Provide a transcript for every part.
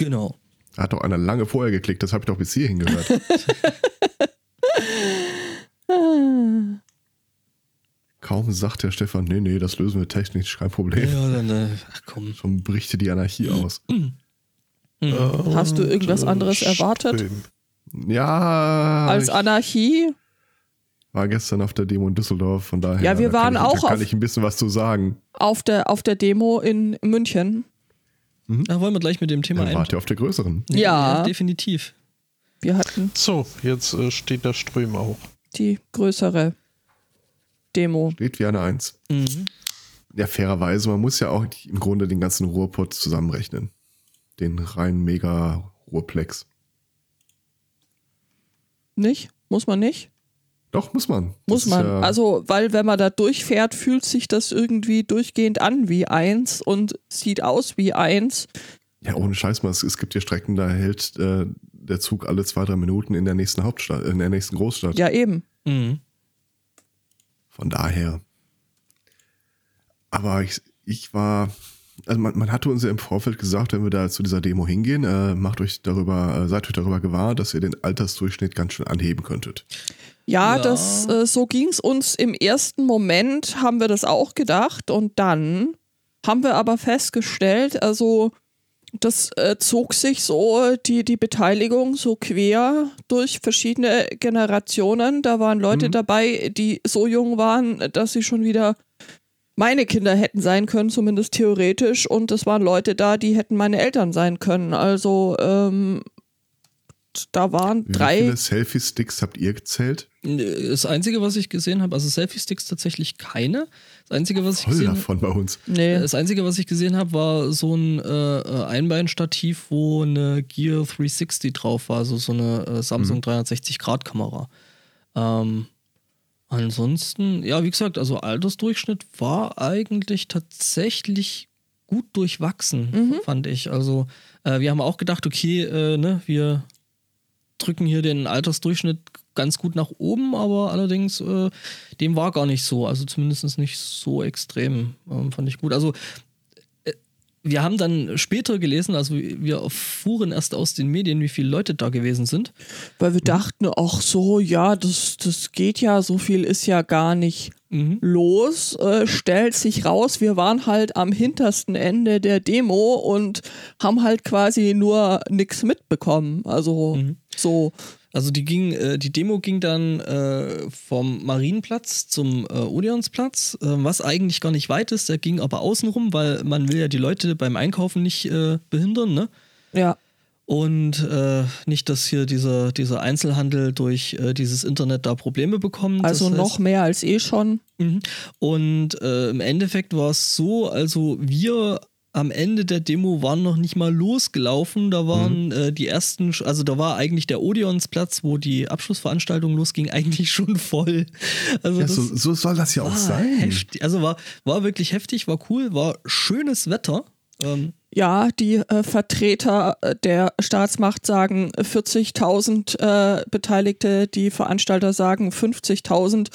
Genau. Da hat doch einer lange vorher geklickt, das habe ich doch bis hierhin gehört. Kaum sagt der Stefan, nee, das lösen wir technisch, kein Problem. Ja, dann, komm. Schon brichte die Anarchie aus. Hast du irgendwas anderes erwartet? Ja. Als Anarchie? War gestern auf der Demo in Düsseldorf, von daher Ja, wir waren auch kann ich ein bisschen was zu sagen. Auf der Demo in München. Da wollen wir gleich mit dem Thema Dann wart ihr auf der größeren. Ja. Definitiv. Wir hatten So, jetzt steht der Ström auch. die größere Demo. Steht wie eine 1. Ja, fairerweise, man muss ja auch im Grunde den ganzen Ruhrpott zusammenrechnen. Den reinen Mega-Ruhrplex. Nicht? Muss man nicht? Doch, muss man. Muss Das man. ist ja, Also, weil wenn man da durchfährt, fühlt sich das irgendwie durchgehend an wie 1 und sieht aus wie 1. ja, ohne Scheiß mal, es gibt hier Strecken, da hält der Zug alle 2-3 Minuten in der nächsten Hauptstadt, in der nächsten Großstadt. Ja, eben. Mhm. Von daher. Aber ich war, also man hatte uns ja im Vorfeld gesagt, wenn wir da zu dieser Demo hingehen, seid euch darüber gewahr, dass ihr den Altersdurchschnitt ganz schön anheben könntet. Ja, Ja. so ging es uns im ersten Moment, haben wir das auch gedacht und dann haben wir aber festgestellt, also das zog sich so die Beteiligung so quer durch verschiedene Generationen. Da waren Leute dabei, die so jung waren, dass sie schon wieder meine Kinder hätten sein können, zumindest theoretisch. Und es waren Leute da, die hätten meine Eltern sein können. Also da waren Wie 3. viele Selfie-Sticks habt ihr gezählt? Das Einzige, was ich gesehen habe, also Selfie-Sticks tatsächlich keine. Das Einzige, was ich Voll gesehen davon bei uns. Nee. Das Einzige, was ich gesehen habe, war so ein Einbeinstativ, wo eine Gear 360 drauf war, also so eine Samsung 360-Grad-Kamera. Ansonsten, ja, wie gesagt, also Altersdurchschnitt war eigentlich tatsächlich gut durchwachsen, fand ich. Also wir haben auch gedacht, okay, wir drücken hier den Altersdurchschnitt ganz gut nach oben, aber allerdings dem war gar nicht so, also zumindest nicht so extrem, fand ich gut. Also wir haben dann später gelesen, also wir erfuhren erst aus den Medien, wie viele Leute da gewesen sind. Weil wir dachten, ach so, ja, das geht ja, so viel ist ja gar nicht los. Stellt sich raus, wir waren halt am hintersten Ende der Demo und haben halt quasi nur nichts mitbekommen. Also so. Also die Demo ging dann vom Marienplatz zum Odeonsplatz, was eigentlich gar nicht weit ist, der ging aber außenrum, weil man will ja die Leute beim Einkaufen nicht behindern, ne? Ja. Und nicht, dass hier dieser Einzelhandel durch dieses Internet da Probleme bekommt. Also das heißt, noch mehr als schon. Und im Endeffekt war es so, also wir am Ende der Demo waren noch nicht mal losgelaufen, da waren die ersten, also da war eigentlich der Odeonsplatz, wo die Abschlussveranstaltung losging, eigentlich schon voll. Also Ja, das so soll das ja auch sein. heftig. Also war wirklich heftig, war cool, war schönes Wetter. Ja, die Vertreter der Staatsmacht sagen 40.000 Beteiligte, die Veranstalter sagen 50.000.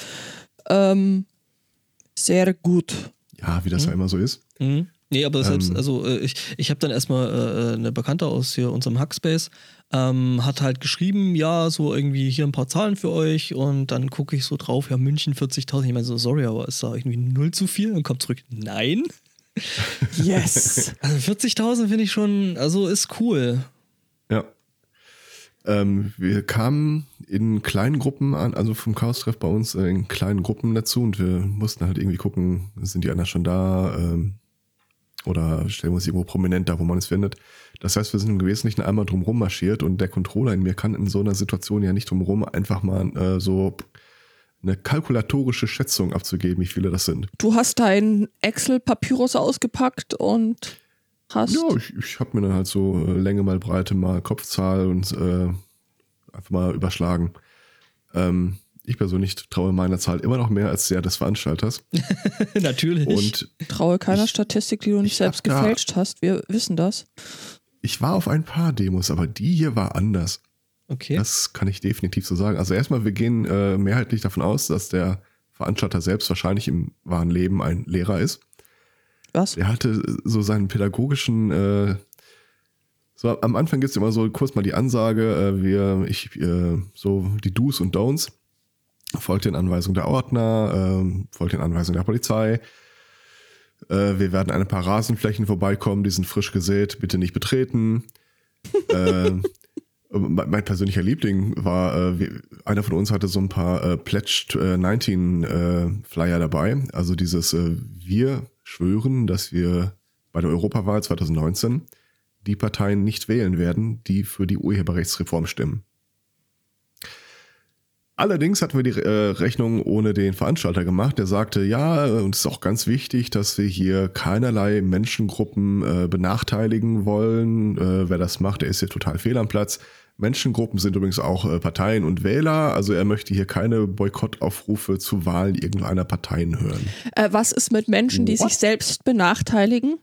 Sehr gut. Ja, wie das ja immer so ist. Nee, aber selbst, also ich habe dann erstmal eine Bekannte aus hier unserem Hackspace, hat halt geschrieben, ja, so irgendwie hier ein paar Zahlen für euch und dann gucke ich so drauf, ja, München 40.000, ich meine so, sorry, aber ist da irgendwie 0 zu viel? Und kommt zurück, nein. Yes. Also 40.000 finde ich schon, also ist cool. Ja. Wir kamen in kleinen Gruppen an, also vom Chaos-Treff bei uns in kleinen Gruppen dazu und wir mussten halt irgendwie gucken, sind die anderen schon da oder stellen wir uns irgendwo prominent da, wo man es findet. Das heißt, wir sind im Wesentlichen einmal drumherum marschiert und der Controller in mir kann in so einer Situation ja nicht drumherum einfach mal so eine kalkulatorische Schätzung abzugeben, wie viele das sind. Du hast deinen Excel-Papyrus ausgepackt und hast... Ja, ich habe mir dann halt so Länge mal Breite mal Kopfzahl und einfach mal überschlagen. Ich persönlich traue meiner Zahl immer noch mehr als der des Veranstalters. Natürlich. Und Traue keiner Statistik, die du nicht selbst gefälscht hast. Wir wissen das. ich war auf ein paar Demos, aber die hier war anders. Okay. Das kann ich definitiv so sagen. Also erstmal, wir gehen mehrheitlich davon aus, dass der Veranstalter selbst wahrscheinlich im wahren Leben ein Lehrer ist. Was? Er hatte so seinen pädagogischen So, am Anfang gibt es immer so kurz mal die Ansage, so die Do's und Don'ts. Folgt den Anweisungen der Ordner, folgt den Anweisungen der Polizei. Wir werden an ein paar Rasenflächen vorbeikommen, die sind frisch gesät, bitte nicht betreten. Mein persönlicher Liebling war, einer von uns hatte so ein paar Pledged 19 Flyer dabei. Also dieses wir schwören, dass wir bei der Europawahl 2019 die Parteien nicht wählen werden, die für die Urheberrechtsreform stimmen. Allerdings hatten wir die Rechnung ohne den Veranstalter gemacht. Der sagte, ja, und es ist auch ganz wichtig, dass wir hier keinerlei Menschengruppen benachteiligen wollen. Wer das macht, der ist hier total fehl am Platz. Menschengruppen sind übrigens auch Parteien und Wähler. Also er möchte hier keine Boykottaufrufe zu Wahlen irgendeiner Parteien hören. Was ist mit Menschen, die sich selbst benachteiligen?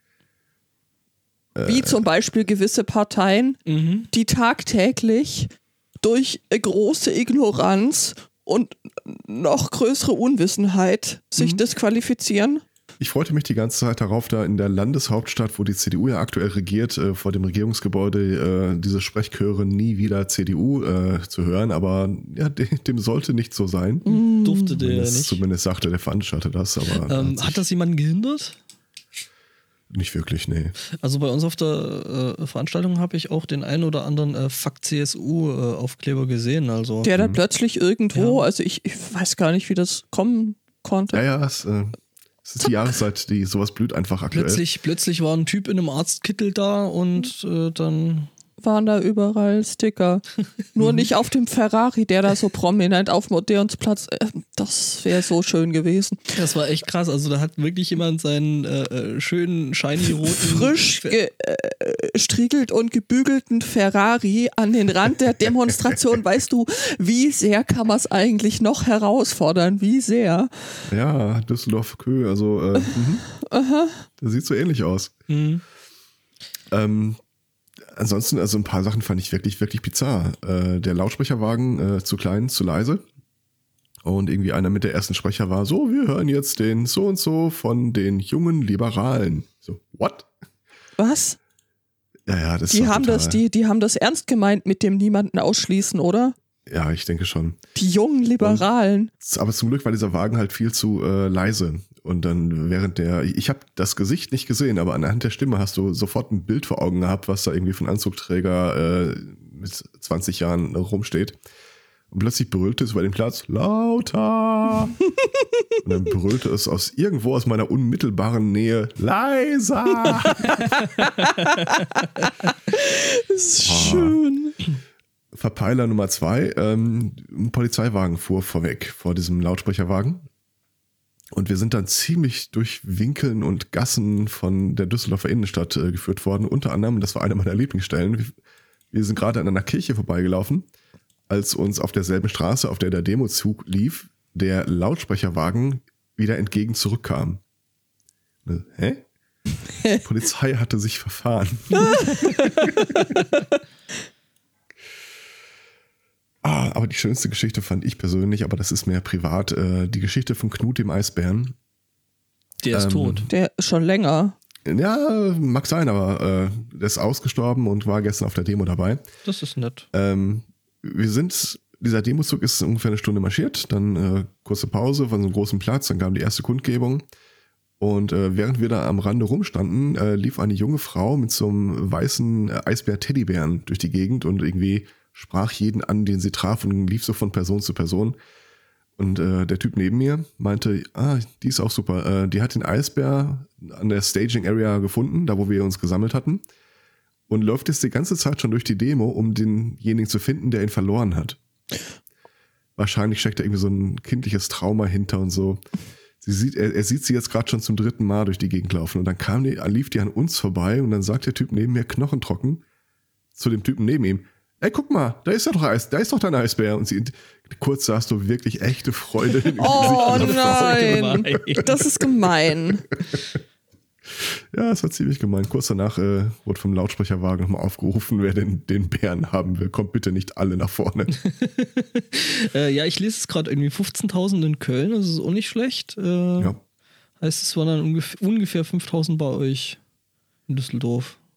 Wie zum Beispiel gewisse Parteien, die tagtäglich durch große Ignoranz und noch größere Unwissenheit sich disqualifizieren? Ich freute mich die ganze Zeit darauf, da in der Landeshauptstadt, wo die CDU ja aktuell regiert, vor dem Regierungsgebäude diese Sprechchöre nie wieder CDU zu hören, aber ja, dem sollte nicht so sein. Durfte der nicht. Zumindest sagte der Veranstalter das. Aber hat das jemanden gehindert? Nicht wirklich, nee. Also bei uns auf der Veranstaltung habe ich auch den einen oder anderen Fuck CSU Aufkleber gesehen. Also. Der dann plötzlich irgendwo, also ich weiß gar nicht, wie das kommen konnte. Ja, es ist die Jahreszeit, die sowas blüht einfach aktuell. Plötzlich war ein Typ in einem Arztkittel da und dann waren da überall Sticker. Nur nicht auf dem Ferrari, der da so prominent auf Odeonsplatz. Das wäre so schön gewesen. Das war echt krass. Also da hat wirklich jemand seinen schönen, shiny roten... frisch gestriegelt und gebügelten Ferrari an den Rand der Demonstration. Weißt du, wie sehr kann man es eigentlich noch herausfordern? Wie sehr? Ja, Düsseldorf-Kö, also das sieht so ähnlich aus. Ansonsten, also ein paar Sachen fand ich wirklich, wirklich bizarr. Der Lautsprecherwagen zu klein, zu leise. Und irgendwie einer mit der ersten Sprecher war so, wir hören jetzt den so und so von den jungen Liberalen. So, what? Was? Ja, das ist die haben das ernst gemeint mit dem niemanden ausschließen, oder? Ja, ich denke schon. Die jungen Liberalen. Aber zum Glück war dieser Wagen halt viel zu leise. Und dann ich habe das Gesicht nicht gesehen, aber anhand der Stimme hast du sofort ein Bild vor Augen gehabt, was da irgendwie von Anzugträger mit 20 Jahren rumsteht. Und plötzlich brüllte es über den Platz, lauter! Und dann brüllte es irgendwo aus meiner unmittelbaren Nähe, leiser! Das ist schön. Verpeiler Nummer 2, ein Polizeiwagen fuhr vorweg vor diesem Lautsprecherwagen. Und wir sind dann ziemlich durch Winkeln und Gassen von der Düsseldorfer Innenstadt geführt worden. Unter anderem, das war eine meiner Lieblingsstellen, wir sind gerade an einer Kirche vorbeigelaufen, als uns auf derselben Straße, auf der der Demozug lief, der Lautsprecherwagen wieder entgegen zurückkam. Hä? Die Polizei hatte sich verfahren. Aber die schönste Geschichte fand ich persönlich, aber das ist mehr privat, die Geschichte von Knut dem Eisbären. Der ist tot. Der ist schon länger. Ja, mag sein, aber der ist ausgestorben und war gestern auf der Demo dabei. Das ist nett. Dieser Demozug ist ungefähr eine Stunde marschiert, dann kurze Pause von so einem großen Platz, dann kam die erste Kundgebung. Und während wir da am Rande rumstanden, lief eine junge Frau mit so einem weißen Eisbär-Teddybären durch die Gegend und irgendwie sprach jeden an, den sie traf und lief so von Person zu Person. Und der Typ neben mir meinte, die ist auch super. Die hat den Eisbär an der Staging Area gefunden, da wo wir uns gesammelt hatten. Und läuft jetzt die ganze Zeit schon durch die Demo, um denjenigen zu finden, der ihn verloren hat. Wahrscheinlich steckt da irgendwie so ein kindliches Trauma hinter und so. Er sieht sie jetzt gerade schon zum 3. Mal durch die Gegend laufen. Und dann lief die an uns vorbei und dann sagt der Typ neben mir knochentrocken zu dem Typen neben ihm, ey, guck mal, da ist doch dein Eisbär. Und kurz sahst du wirklich echte Freude in Oh nein, das ist gemein. Ja, es war ziemlich gemein. Kurz danach wurde vom Lautsprecherwagen nochmal aufgerufen, wer denn den Bären haben will. Kommt bitte nicht alle nach vorne. Ja, ich lese es gerade irgendwie 15.000 in Köln, das ist auch nicht schlecht. Ja. Heißt, es waren dann ungefähr 5.000 bei euch in Düsseldorf.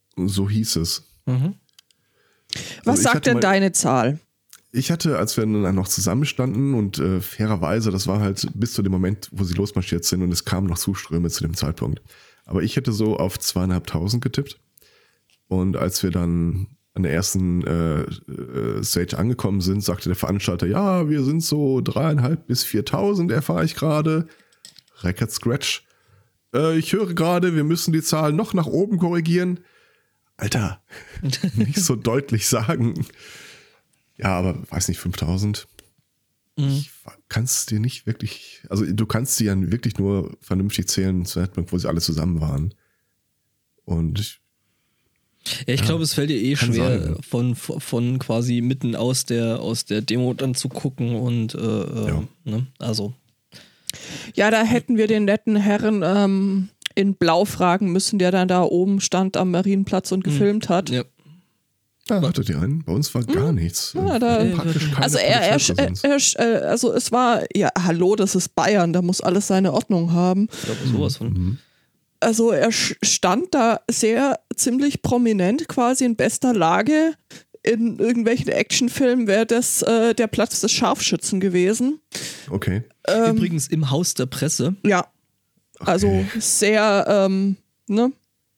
So hieß es. Mhm. Was sagt denn deine Zahl? Ich hatte, als wir dann noch zusammenstanden und fairerweise, das war halt bis zu dem Moment, wo sie losmarschiert sind und es kamen noch Zuströme zu dem Zeitpunkt. Aber ich hätte so auf 2.500 getippt. Und als wir dann an der ersten Stage angekommen sind, sagte der Veranstalter, ja, wir sind so 3.500 bis 4.000, erfahre ich gerade. Record Scratch. Ich höre gerade, wir müssen die Zahl noch nach oben korrigieren. Alter, nicht so deutlich sagen. Ja, aber weiß nicht, 5.000. Ich kann es dir nicht wirklich, also du kannst sie ja wirklich nur vernünftig zählen zu Zeitpunkt, wo sie alle zusammen waren. Und ich glaube, es fällt dir schwer, sein. von quasi mitten aus der Demo dann zu gucken und ne? Also. Ja, da hätten wir den netten Herren in Blau fragen müssen, der dann da oben stand am Marienplatz und gefilmt hat. Ja. Da hattet ihr einen. Bei uns war gar nichts. Ja, Praktisch keine also also es war, ja, hallo, das ist Bayern, da muss alles seine Ordnung haben. Ich glaube, sowas von. Also er stand da ziemlich prominent quasi in bester Lage. In irgendwelchen Actionfilmen wäre das der Platz des Scharfschützen gewesen. Okay. Übrigens im Haus der Presse. Ja, also sehr, ne?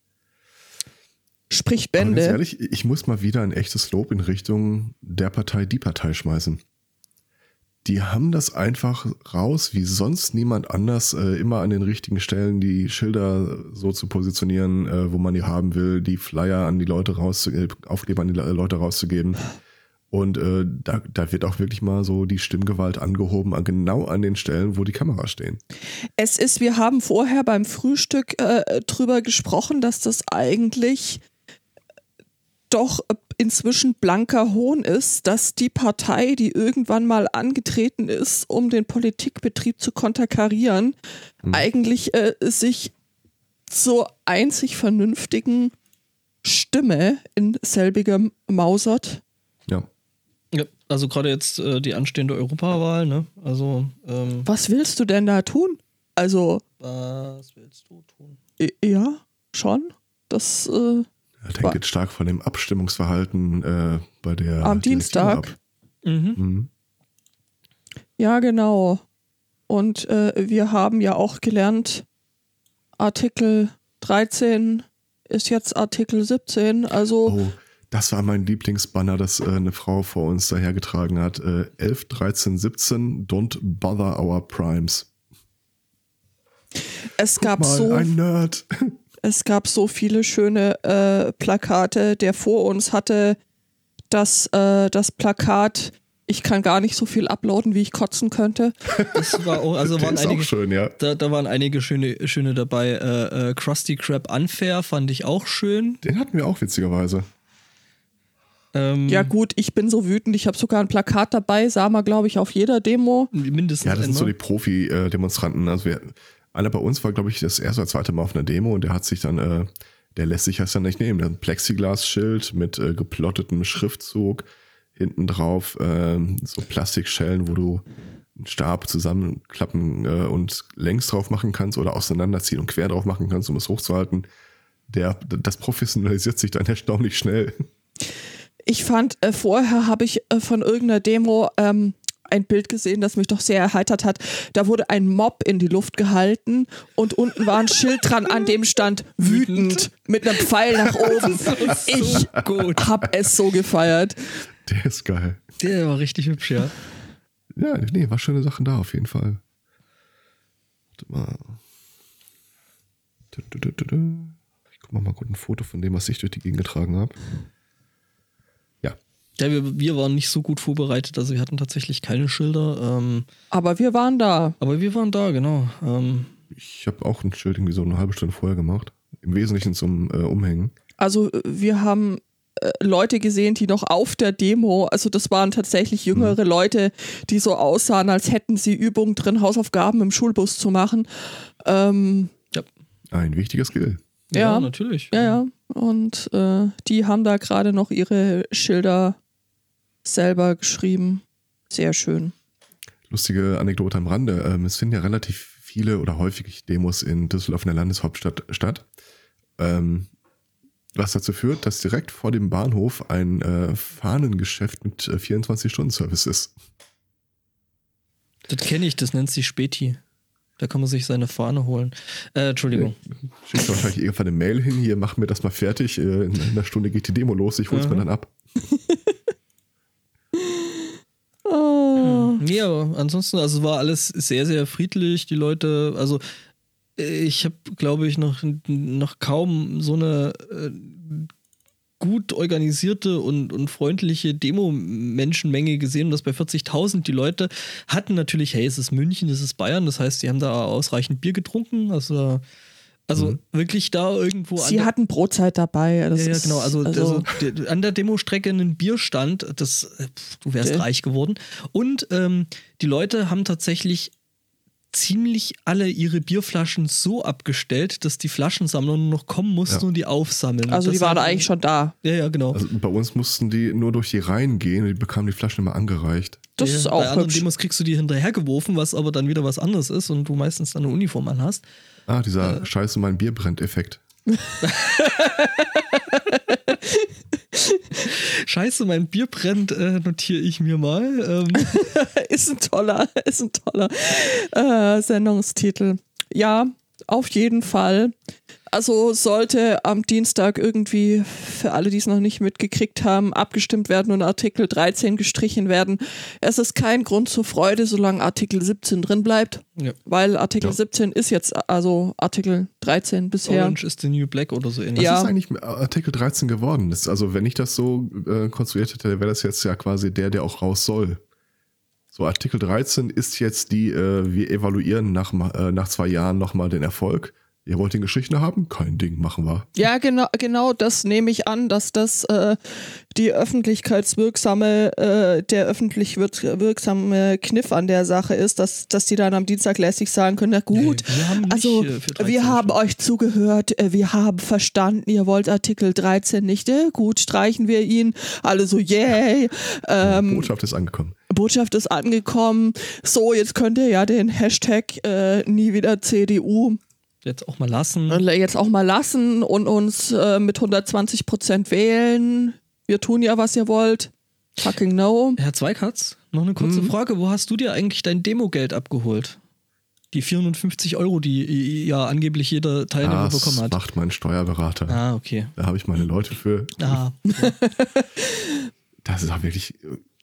Spricht Bände. Aber ganz ehrlich, ich muss mal wieder ein echtes Lob in Richtung der Partei, die Partei schmeißen. Die haben das einfach raus, wie sonst niemand anders, immer an den richtigen Stellen die Schilder so zu positionieren, wo man die haben will, die Flyer an die Leute Aufkleber an die Leute rauszugeben. Und da wird auch wirklich mal so die Stimmgewalt angehoben, genau an den Stellen, wo die Kameras stehen. Wir haben vorher beim Frühstück drüber gesprochen, dass das eigentlich doch inzwischen blanker Hohn ist, dass die Partei, die irgendwann mal angetreten ist, um den Politikbetrieb zu konterkarieren, eigentlich sich zur einzig vernünftigen Stimme in selbigem mausert. Ja. Ja, also gerade jetzt die anstehende Europawahl, ne? Also was willst du denn da tun? Also was willst du tun? Ja, schon. Das Das hängt jetzt stark von dem Abstimmungsverhalten bei der am Dienstag. Ja, genau. Und wir haben ja auch gelernt, Artikel 13 ist jetzt Artikel 17. Also Oh, das war mein Lieblingsbanner, das eine Frau vor uns dahergetragen hat. 11, 13, 17, don't bother our primes. Es gab ein Nerd. Es gab so viele schöne Plakate. Der vor uns hatte das Plakat, ich kann gar nicht so viel uploaden, wie ich kotzen könnte. Das war auch, also waren einige, auch schön, ja. Da waren einige schöne dabei. Krusty Krab Unfair fand ich auch schön. Den hatten wir auch witzigerweise. Ja gut, ich bin so wütend. Ich habe sogar ein Plakat dabei, sah man, glaube ich, auf jeder Demo. Mindestens. Ja, das sind so die Profi-Demonstranten. Also einer bei uns war, glaube ich, das erste oder zweite Mal auf einer Demo und der hat sich dann, der lässt sich das dann nicht nehmen. Der hat ein Plexiglas-Schild mit geplottetem Schriftzug, hinten drauf so Plastikschellen, wo du einen Stab zusammenklappen und längs drauf machen kannst oder auseinanderziehen und quer drauf machen kannst, um es hochzuhalten. Das professionalisiert sich dann erstaunlich schnell. Ich fand, vorher habe ich von irgendeiner Demo ein Bild gesehen, das mich doch sehr erheitert hat. Da wurde ein Mob in die Luft gehalten und unten war ein Schild dran, an dem stand wütend mit einem Pfeil nach oben. Ich habe es so gefeiert. Der ist geil. Der war richtig hübsch, ja. Ja, nee, war schöne Sachen da auf jeden Fall. Warte mal. Ich guck mal kurz ein Foto von dem, was ich durch die Gegend getragen habe. Ja, wir waren nicht so gut vorbereitet, also wir hatten tatsächlich keine Schilder. Aber wir waren da. Genau. Ich habe auch ein Schild irgendwie so eine halbe Stunde vorher gemacht. Im Wesentlichen zum Umhängen. Also wir haben Leute gesehen, die noch auf der Demo, also das waren tatsächlich jüngere Leute, die so aussahen, als hätten sie Übungen drin, Hausaufgaben im Schulbus zu machen. Ja. Ein wichtiger Skill. Ja, natürlich. Ja. Und die haben da gerade noch ihre Schilder selber geschrieben. Sehr schön. Lustige Anekdote am Rande. Es finden ja relativ viele oder häufig Demos in Düsseldorf in der Landeshauptstadt statt. Was dazu führt, dass direkt vor dem Bahnhof ein Fahnengeschäft mit 24-Stunden-Service ist. Das kenne ich, das nennt sich Späti. Da kann man sich seine Fahne holen. Entschuldigung. Schickt wahrscheinlich irgendwann eine Mail hin, hier, mach mir das mal fertig. In einer Stunde geht die Demo los, ich hol's mir dann ab. Nee, aber ansonsten, also es war alles sehr, sehr friedlich. Die Leute, also ich habe, glaube ich, noch kaum so eine gut organisierte und freundliche Demo-Menschenmenge gesehen. Und das bei 40.000. Die Leute hatten natürlich, hey, es ist München, es ist Bayern. Das heißt, sie haben da ausreichend Bier getrunken. Also wirklich da irgendwo. Sie hatten Brotzeit dabei. Das ja, ist, genau. Also an der Demostrecke ein Bierstand. Du wärst reich geworden. Und die Leute haben tatsächlich ziemlich alle ihre Bierflaschen so abgestellt, dass die Flaschensammler nur noch kommen mussten und die aufsammeln. Also die waren eigentlich schon da. Ja, genau. Also bei uns mussten die nur durch die Reihen gehen und die bekamen die Flaschen immer angereicht. Das ist auch bei anderen hübsch. Demos kriegst du die hinterhergeworfen, was aber dann wieder was anderes ist und du meistens dann eine Uniform anhast. Dieser Scheiße, mein Bier brennt Effekt. Scheiße, mein Bier brennt, notiere ich mir mal. Ist ein toller Sendungstitel. Ja, auf jeden Fall. Also sollte am Dienstag irgendwie, für alle, die es noch nicht mitgekriegt haben, abgestimmt werden und Artikel 13 gestrichen werden. Es ist kein Grund zur Freude, solange Artikel 17 drin bleibt. Ja. Weil Artikel 17 ist jetzt, also Artikel 13 bisher. Orange is the new black oder so ähnlich. Was ist eigentlich mit Artikel 13 geworden? Also wenn ich das so konstruiert hätte, wäre das jetzt ja quasi der auch raus soll. So, Artikel 13 ist jetzt wir evaluieren nach 2 Jahren nochmal den Erfolg. Ihr wollt den Geschichten haben? Kein Ding, machen wir. Ja, genau das nehme ich an, dass das die der öffentlich wirksame Kniff an der Sache ist, dass die dann am Dienstag lässig sagen können, na gut, wir haben euch zugehört, wir haben verstanden, ihr wollt Artikel 13 nicht, gut, streichen wir ihn, alle so, yay. Botschaft ist angekommen. So, jetzt könnt ihr ja den Hashtag nie wieder CDU jetzt auch mal lassen und uns mit 120% wählen. Wir tun ja, was ihr wollt. Fucking no. Herr Zweikatz, noch eine kurze Frage. Wo hast du dir eigentlich dein Demogeld abgeholt? Die 450 €, die ja angeblich jeder Teilnehmer bekommen hat. Das macht mein Steuerberater. Ah, okay. Da habe ich meine Leute für. Ah. Das ist auch wirklich...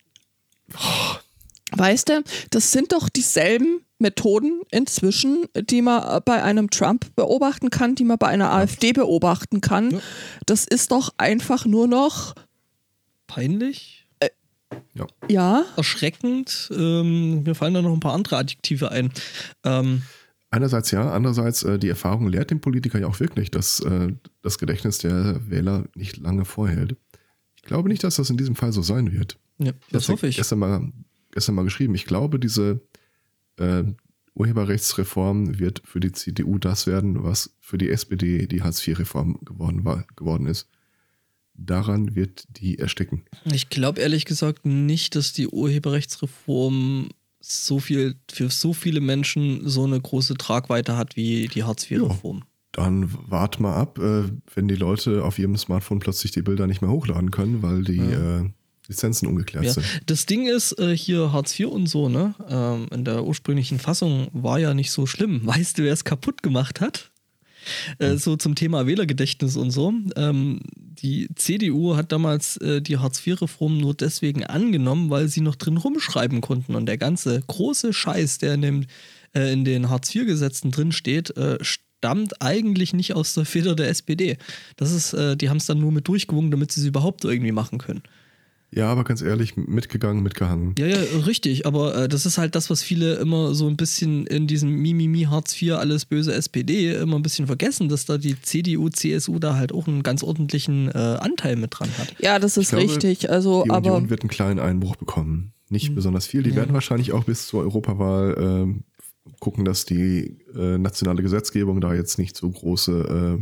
Weißt du, das sind doch dieselben Methoden inzwischen, die man bei einem Trump beobachten kann, die man bei einer AfD beobachten kann. Ja. Das ist doch einfach nur noch peinlich. Ja. Erschreckend. Mir fallen da noch ein paar andere Adjektive ein. Einerseits ja, andererseits die Erfahrung lehrt den Politiker ja auch wirklich, dass das Gedächtnis der Wähler nicht lange vorhält. Ich glaube nicht, dass das in diesem Fall so sein wird. Ja, das hoffe ich. Gestern mal geschrieben. Ich glaube, diese Urheberrechtsreform wird für die CDU das werden, was für die SPD die Hartz-IV-Reform geworden ist. Daran wird die ersticken. Ich glaube ehrlich gesagt nicht, dass die Urheberrechtsreform für so viele Menschen so eine große Tragweite hat wie die Hartz-IV-Reform. Dann wart mal ab, wenn die Leute auf ihrem Smartphone plötzlich die Bilder nicht mehr hochladen können, weil die Lizenzen ungeklärt sind. Das Ding ist, hier Hartz IV und so, ne? In der ursprünglichen Fassung war ja nicht so schlimm. Weißt du, wer es kaputt gemacht hat? So zum Thema Wählergedächtnis und so. Die CDU hat damals die Hartz-IV-Reform nur deswegen angenommen, weil sie noch drin rumschreiben konnten. Und der ganze große Scheiß, der in den Hartz-IV-Gesetzen drin steht, stammt eigentlich nicht aus der Feder der SPD. Die haben es dann nur mit durchgewunken, damit sie es überhaupt irgendwie machen können. Ja, aber ganz ehrlich, mitgegangen, mitgehangen. Ja, richtig, aber das ist halt das, was viele immer so ein bisschen in diesem Mimimi Hartz IV, alles böse SPD immer ein bisschen vergessen, dass da die CDU, CSU da halt auch einen ganz ordentlichen Anteil mit dran hat. Ja, das ist richtig. Also, die Union wird einen kleinen Einbruch bekommen. Nicht besonders viel. Die werden wahrscheinlich auch bis zur Europawahl gucken, dass die nationale Gesetzgebung da jetzt nicht so große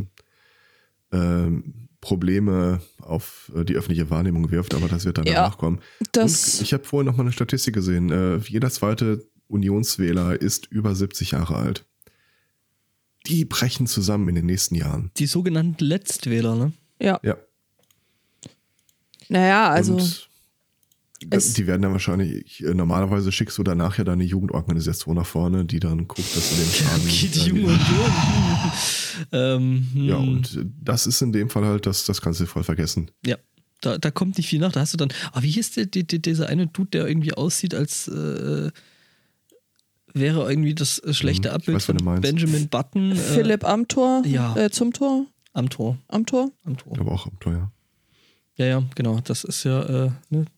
Probleme auf die öffentliche Wahrnehmung wirft, aber das wird dann danach kommen. Und ich habe vorhin noch mal eine Statistik gesehen. Jeder zweite Unionswähler ist über 70 Jahre alt. Die brechen zusammen in den nächsten Jahren. Die sogenannten Letztwähler, ne? Ja. Ja. Naja, also. Und die werden dann wahrscheinlich, normalerweise schickst du danach ja deine Jugendorganisation nach vorne, die dann guckt, dass du den Schaden. Okay, die Jungen und Ja, und das ist in dem Fall halt, das kannst du voll vergessen. Ja, da kommt nicht viel nach. Da hast du dann, wie hieß dieser eine Dude, der irgendwie aussieht, als wäre irgendwie das schlechte Abbild weiß, wen du von meinst. Benjamin Button. Philipp Amthor? ja. Zum Tor? Amthor. Amthor? Aber auch am Teuer. Ja, genau. Das ist ja,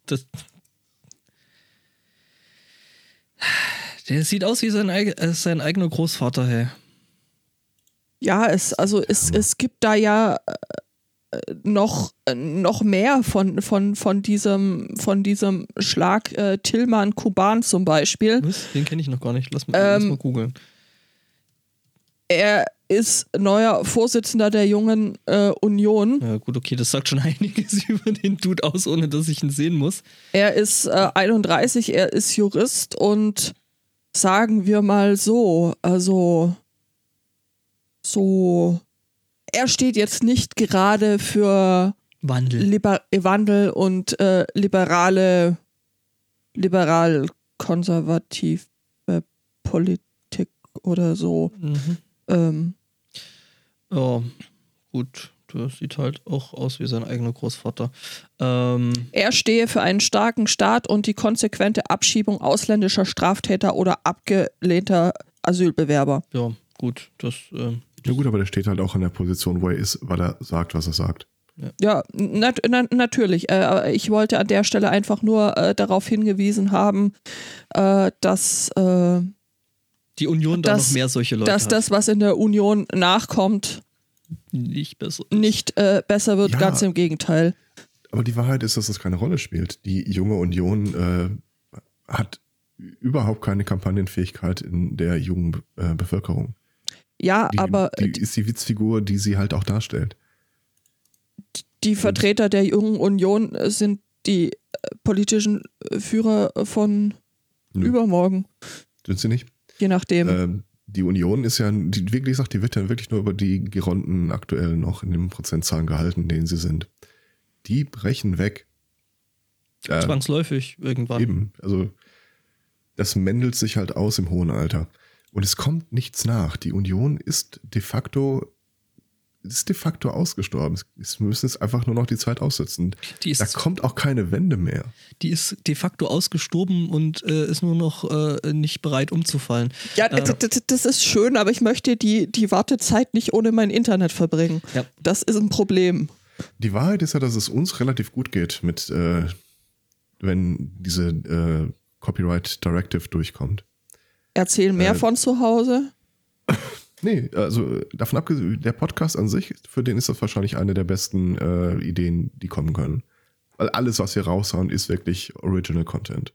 der sieht aus wie sein eigener Großvater, hey. Ja, es gibt da ja noch mehr von diesem Schlag Tilman Kuban zum Beispiel. Was? Den kenne ich noch gar nicht. Lass mal googeln. Er ist neuer Vorsitzender der Jungen Union. Ja, gut, okay, das sagt schon einiges über den Dude aus, ohne dass ich ihn sehen muss. Er ist 31, er ist Jurist und sagen wir mal so, also er steht jetzt nicht gerade für Wandel und liberal-konservative Politik oder so. Ja, gut. Das sieht halt auch aus wie sein eigener Großvater. Er stehe für einen starken Staat und die konsequente Abschiebung ausländischer Straftäter oder abgelehnter Asylbewerber. Ja, gut. Ja gut, aber der steht halt auch an der Position, wo er ist, weil er sagt, was er sagt. Ja, natürlich. Aber ich wollte an der Stelle einfach nur darauf hingewiesen haben, dass die Union da noch mehr solche Leute dass hat. das, was in der Union nachkommt, nicht besser wird, Ja. ganz im Gegenteil. Aber die Wahrheit ist, dass das keine Rolle spielt. Die junge Union hat überhaupt keine Kampagnenfähigkeit in der jungen Bevölkerung. Ja, aber die ist die Witzfigur, die sie halt auch darstellt. die Vertreter der jungen Union sind die politischen Führer von übermorgen. Sind sie nicht? Je nachdem. Die Union ist ja, wie gesagt, die wird ja wirklich nur über die Gironten aktuell noch in den Prozentzahlen gehalten, denen sie sind. Die brechen weg. Zwangsläufig irgendwann. Eben, also das mändelt sich halt aus im hohen Alter. Und es kommt nichts nach. Die Union ist de facto ausgestorben. Wir müssen jetzt einfach nur noch die Zeit aussitzen. Da kommt auch keine Wende mehr. Die ist de facto ausgestorben und ist nur noch nicht bereit umzufallen. Ja, das ist schön, aber ich möchte die Wartezeit nicht ohne mein Internet verbringen. Ja. Das ist ein Problem. Die Wahrheit ist ja, dass es uns relativ gut geht, mit wenn diese Copyright Directive durchkommt. Erzähl mehr von zu Hause. Nee, also davon abgesehen, der Podcast an sich, für den ist das wahrscheinlich eine der besten Ideen, die kommen können. Weil alles, was wir raushauen, ist wirklich Original Content.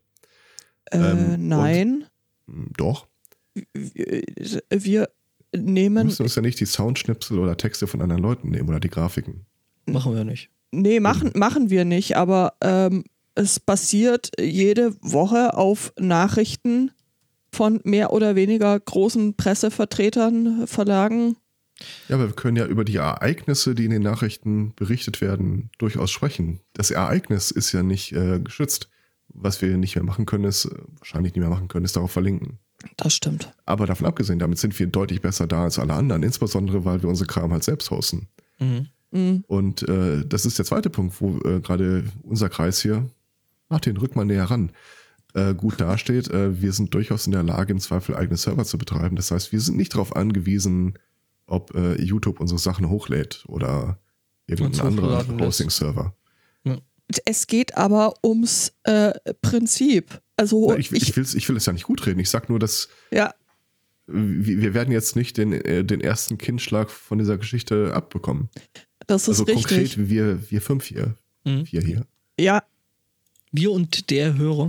Nein. Doch. Wir nehmen. Wir müssen uns ja nicht die Soundschnipsel oder Texte von anderen Leuten nehmen oder die Grafiken. Machen wir nicht. Nee, machen wir nicht, aber es basiert jede Woche auf Nachrichten von mehr oder weniger großen Pressevertretern, Verlagen. Ja, aber wir können ja über die Ereignisse, die in den Nachrichten berichtet werden, durchaus sprechen. Das Ereignis ist ja nicht geschützt. Was wir nicht mehr machen können, wahrscheinlich nicht mehr machen können, ist darauf verlinken. Das stimmt. Aber davon abgesehen, damit sind wir deutlich besser da als alle anderen, insbesondere weil wir unsere Kram halt selbst hosten. Und das ist der zweite Punkt, wo gerade unser Kreis hier, Martin, rück mal näher ran, gut dasteht. Wir sind durchaus in der Lage, im Zweifel eigene Server zu betreiben. Das heißt, wir sind nicht darauf angewiesen, ob YouTube unsere Sachen hochlädt oder irgendein anderer Hosting-Server. Ja. Es geht aber ums Prinzip. Also ich will es ja nicht gut reden. Ich sag nur, dass wir werden jetzt nicht den ersten Kinnschlag von dieser Geschichte abbekommen. Das ist also richtig. Konkret wir fünf hier. Wir hier. Ja. Wir und der Hörer.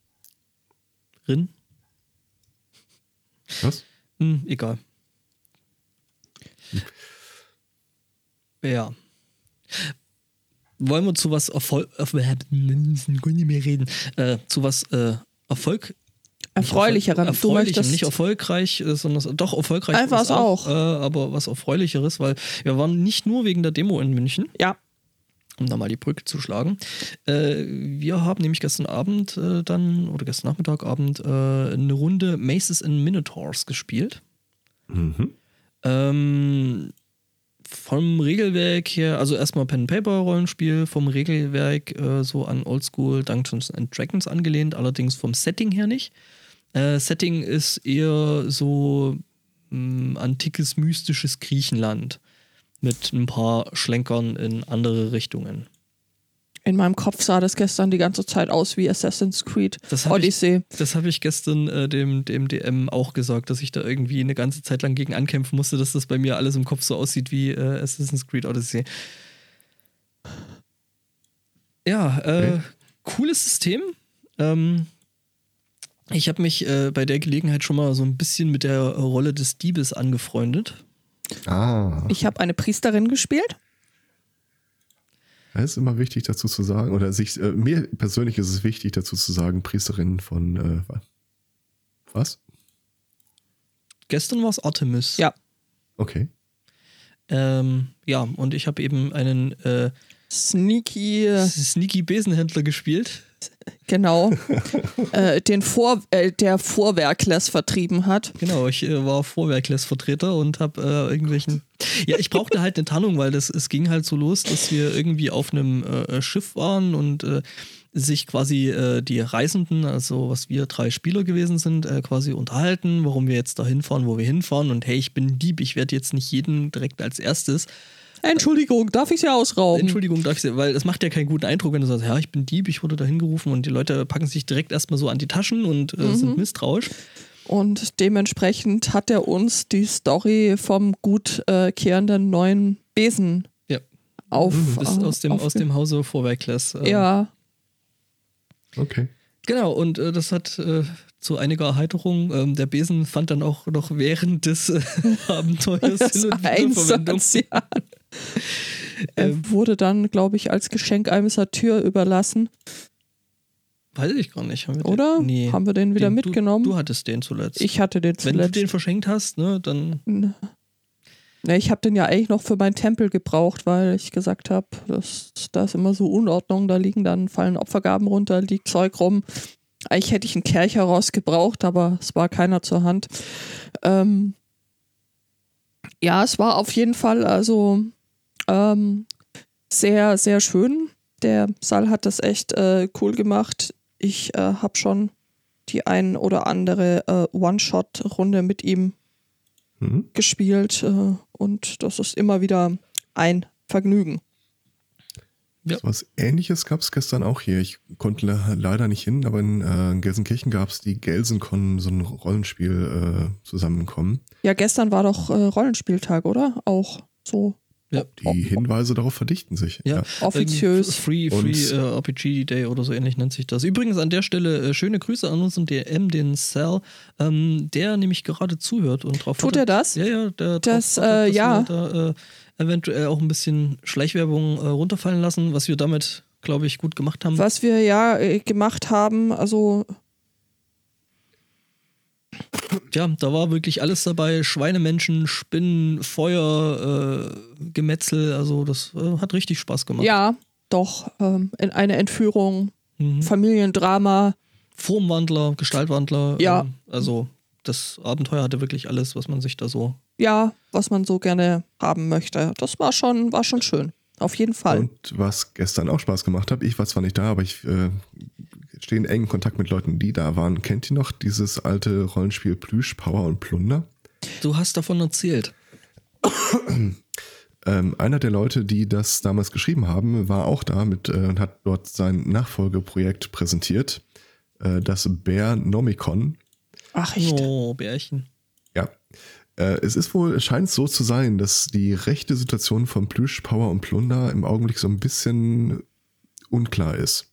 Was? Egal. Ja. Wollen wir zu was Erfreulicheren. Erfreulicheren, nicht erfolgreich, sondern doch erfolgreich war es auch. Aber was Erfreulicheres, weil wir waren nicht nur wegen der Demo in München. Ja. Um da mal die Brücke zu schlagen. Wir haben nämlich gestern Abend oder gestern Nachmittagabend eine Runde Maces and Minotaurs gespielt. Vom Regelwerk her, also erstmal Pen-and-Paper-Rollenspiel, vom Regelwerk so an Oldschool Dungeons and Dragons angelehnt, allerdings vom Setting her nicht. Setting ist eher so antikes, mystisches Griechenland mit ein paar Schlenkern in andere Richtungen. In meinem Kopf sah das gestern die ganze Zeit aus wie Assassin's Creed Odyssey. Das habe ich gestern dem DM auch gesagt, dass ich da irgendwie eine ganze Zeit lang gegen ankämpfen musste, dass das bei mir alles im Kopf so aussieht wie Assassin's Creed Odyssey. Ja, cooles System. Ich habe mich bei der Gelegenheit schon mal so ein bisschen mit der Rolle des Diebes angefreundet. Ich habe eine Priesterin gespielt. Es ist immer wichtig dazu zu sagen, oder mir persönlich ist es wichtig dazu zu sagen, Priesterin von was? Gestern war es Artemis. Ja. Okay. Ja, und ich habe eben einen Sneaky Besenhändler gespielt. Genau. Der Vorwerkless vertrieben hat. Genau, ich war Vorwerkless-Vertreter und habe irgendwelchen... Ja, ich brauchte halt eine Tarnung, weil es ging halt so los, dass wir irgendwie auf einem Schiff waren und sich quasi die Reisenden, also was wir 3 Spieler gewesen sind, quasi unterhalten, warum wir jetzt da hinfahren, wo wir hinfahren und hey, ich bin Dieb, ich werde jetzt nicht jeden direkt als erstes... Entschuldigung, darf ich sie ausrauben? Entschuldigung, darf ich sie, weil es macht ja keinen guten Eindruck, wenn du sagst, ja, ich bin Dieb, ich wurde da hingerufen und die Leute packen sich direkt erstmal so an die Taschen und sind misstrauisch. Und dementsprechend hat er uns die Story vom gut kehrenden neuen Besen aus dem Hause Vorwerkless. Ja. Okay. Genau, und das hat zu einiger Erheiterung. Der Besen fand dann auch noch während des Abenteuers Hin- und Wiederverwendung. Ja. Er wurde dann, glaube ich, als Geschenk einem Satyr überlassen. Weiß ich gar nicht. Oder? Nee. Haben wir den wieder mitgenommen? Du hattest den zuletzt. Ich hatte den zuletzt. Wenn du den verschenkt hast, ne, dann... Ne, ich habe den ja eigentlich noch für meinen Tempel gebraucht, weil ich gesagt habe, da ist immer so Unordnung, fallen Opfergaben runter, liegt Zeug rum. Eigentlich hätte ich einen Kercher rausgebraucht, aber es war keiner zur Hand. Ja, es war auf jeden Fall also sehr, sehr schön. Der Sal hat das echt cool gemacht. Ich habe schon die ein oder andere One-Shot-Runde mit ihm gespielt und das ist immer wieder ein Vergnügen. Ja. So was Ähnliches gab es gestern auch hier. Ich konnte leider nicht hin, aber in Gelsenkirchen gab es die Gelsenkon, so ein Rollenspiel zusammenkommen. Ja, gestern war doch Rollenspieltag, oder? Auch so. Ja. Die Hinweise darauf verdichten sich. Ja. Offiziös. Free RPG Day oder so ähnlich nennt sich das. Übrigens an der Stelle schöne Grüße an unseren DM, den Sal, der nämlich gerade zuhört und drauf Tut er das? Ja, der das, wir da eventuell auch ein bisschen Schleichwerbung runterfallen lassen, was wir damit, glaube ich, gut gemacht haben. Was wir gemacht haben, also... Ja, da war wirklich alles dabei. Schweinemenschen, Spinnen, Feuer, Gemetzel. Also das hat richtig Spaß gemacht. Ja, doch. In eine Entführung, Familiendrama. Formwandler, Gestaltwandler. Ja. Also das Abenteuer hatte wirklich alles, was man sich da so... Ja, was man so gerne haben möchte. Das war schon schön. Auf jeden Fall. Und was gestern auch Spaß gemacht hat, ich war zwar nicht da, aber ich stehe in engem Kontakt mit Leuten, die da waren. Kennt ihr noch dieses alte Rollenspiel Plüsch, Power und Plunder? Du hast davon erzählt. Einer der Leute, die das damals geschrieben haben, war auch da und hat dort sein Nachfolgeprojekt präsentiert. Das Bearnomicon. Ach, echt? Oh, Bärchen. Ja. Es scheint so zu sein, dass die rechte Situation von Plüsch, Power und Plunder im Augenblick so ein bisschen unklar ist.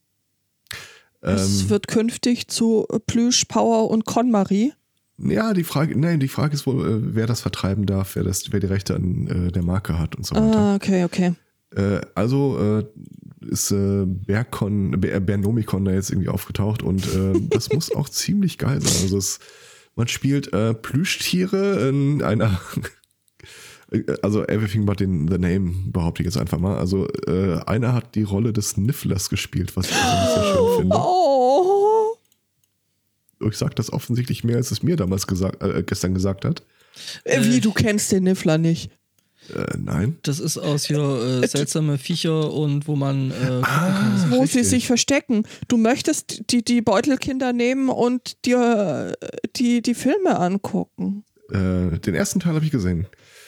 Es wird künftig zu Plüsch, Power und KonMari. Ja, die Frage ist wohl, wer das vertreiben darf, wer die Rechte an der Marke hat und so weiter. Ah, okay. Also ist Bernomicon da jetzt irgendwie aufgetaucht und das muss auch ziemlich geil sein. Also man spielt Plüschtiere in einer also Everything but in the Name, behaupte ich jetzt einfach mal. Also einer hat die Rolle des Nifflers gespielt, was ich persönlich sehr schön finde. Oh. Ich sage das offensichtlich mehr, als es mir damals gestern gesagt hat. Wie, du kennst den Niffler nicht? Nein. Das ist aus hier seltsame Viecher und wo man gucken kann. Wo richtig. sie sich verstecken. Du möchtest die Beutelkinder nehmen und dir die Filme angucken. Den ersten Teil habe ich gesehen.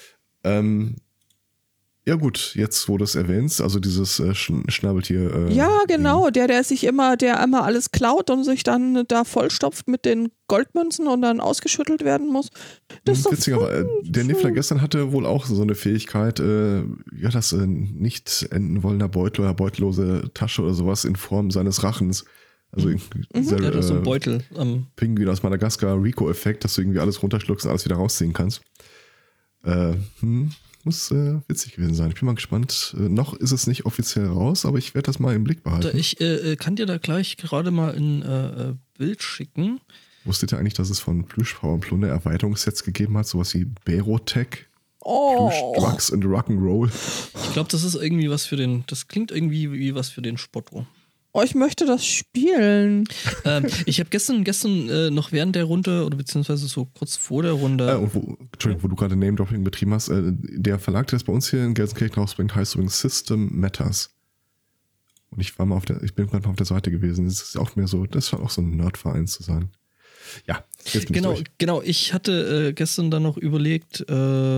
Ja gut, jetzt wo du es erwähnst, also dieses Schnabeltier. Ja, genau, der einmal alles klaut und sich dann da vollstopft mit den Goldmünzen und dann ausgeschüttelt werden muss. Das ist doch witzig, aber der Niffler gestern hatte wohl auch so eine Fähigkeit, das nicht enden wollender Beutel oder beutellose Tasche oder sowas in Form seines Rachens. Also dieser, Ja, das ist so ein Beutel. Pinguin aus Madagaskar, Rico-Effekt, dass du irgendwie alles runterschluckst und alles wieder rausziehen kannst. Muss witzig gewesen sein. Ich bin mal gespannt. Noch ist es nicht offiziell raus, aber ich werde das mal im Blick behalten. Ich kann dir da gleich gerade mal ein Bild schicken. Wusstet ihr eigentlich, dass es von Plüschpower und Plunder Erweiterungssets gegeben hat? Sowas wie Berotech, Plüsch, Drugs and Rock'n'Roll. Ich glaube, das ist irgendwie was für den, das klingt irgendwie wie was für den Spotto. Oh, ich möchte das spielen. Ich habe gestern noch während der Runde oder beziehungsweise so kurz vor der Runde. Entschuldigung, wo du gerade Name-Dropping betrieben hast, der Verlag, der das bei uns hier in Gelsenkirchen rausbringt, heißt übrigens System Matters. Und ich bin gerade mal auf der Seite gewesen. Das ist auch mehr so, das scheint auch so ein Nerdverein zu sein. Ja, jetzt bin ich durch. Genau. Ich hatte gestern dann noch überlegt,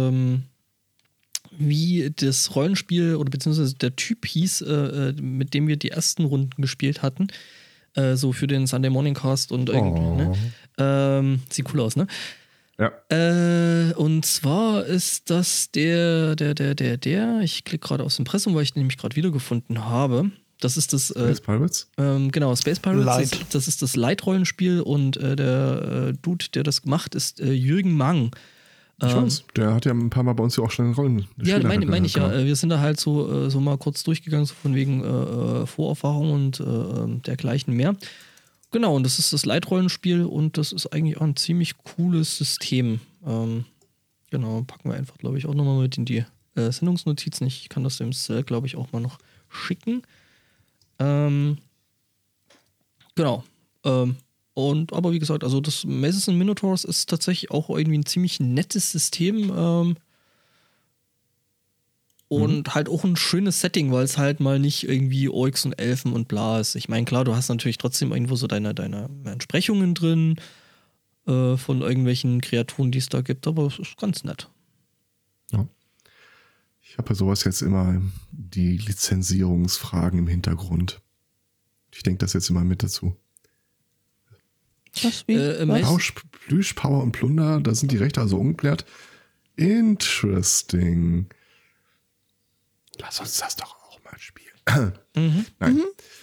wie das Rollenspiel oder beziehungsweise der Typ hieß, mit dem wir die ersten Runden gespielt hatten. So für den Sunday Morning Cast und irgendwie. Ne? Sieht cool aus, ne? Ja. Und zwar ist das der, ich klicke gerade aufs Impressum, weil ich den nämlich gerade wiedergefunden habe. Das ist das Space Pirates? Genau, Space Pirates. Light. Das ist das Light-Rollenspiel und der Dude, der das gemacht, ist Jürgen Mang. Ich weiß, der hat ja ein paar Mal bei uns ja auch schon Rollen. Ja, meine ich ja. Wir sind da halt so mal kurz durchgegangen, so von wegen Vorerfahrung und dergleichen mehr. Genau, und das ist das Light-Rollenspiel und das ist eigentlich auch ein ziemlich cooles System. Genau, packen wir einfach, glaube ich, auch nochmal mit in die Sendungsnotizen. Ich kann das dem glaube ich, auch mal noch schicken. Genau. Aber wie gesagt, also das Mazes and Minotaurs ist tatsächlich auch irgendwie ein ziemlich nettes System und halt auch ein schönes Setting, weil es halt mal nicht irgendwie Orks und Elfen und bla ist. Ich meine, klar, du hast natürlich trotzdem irgendwo so deine Entsprechungen drin von irgendwelchen Kreaturen, die es da gibt, aber es ist ganz nett. Ja. Ich habe bei sowas jetzt immer die Lizenzierungsfragen im Hintergrund. Ich denke das jetzt immer mit dazu. Was, was? Plüsch, Power und Plunder, da sind die Rechte also ungeklärt. Interesting. Lass uns das doch auch mal spielen. Nein.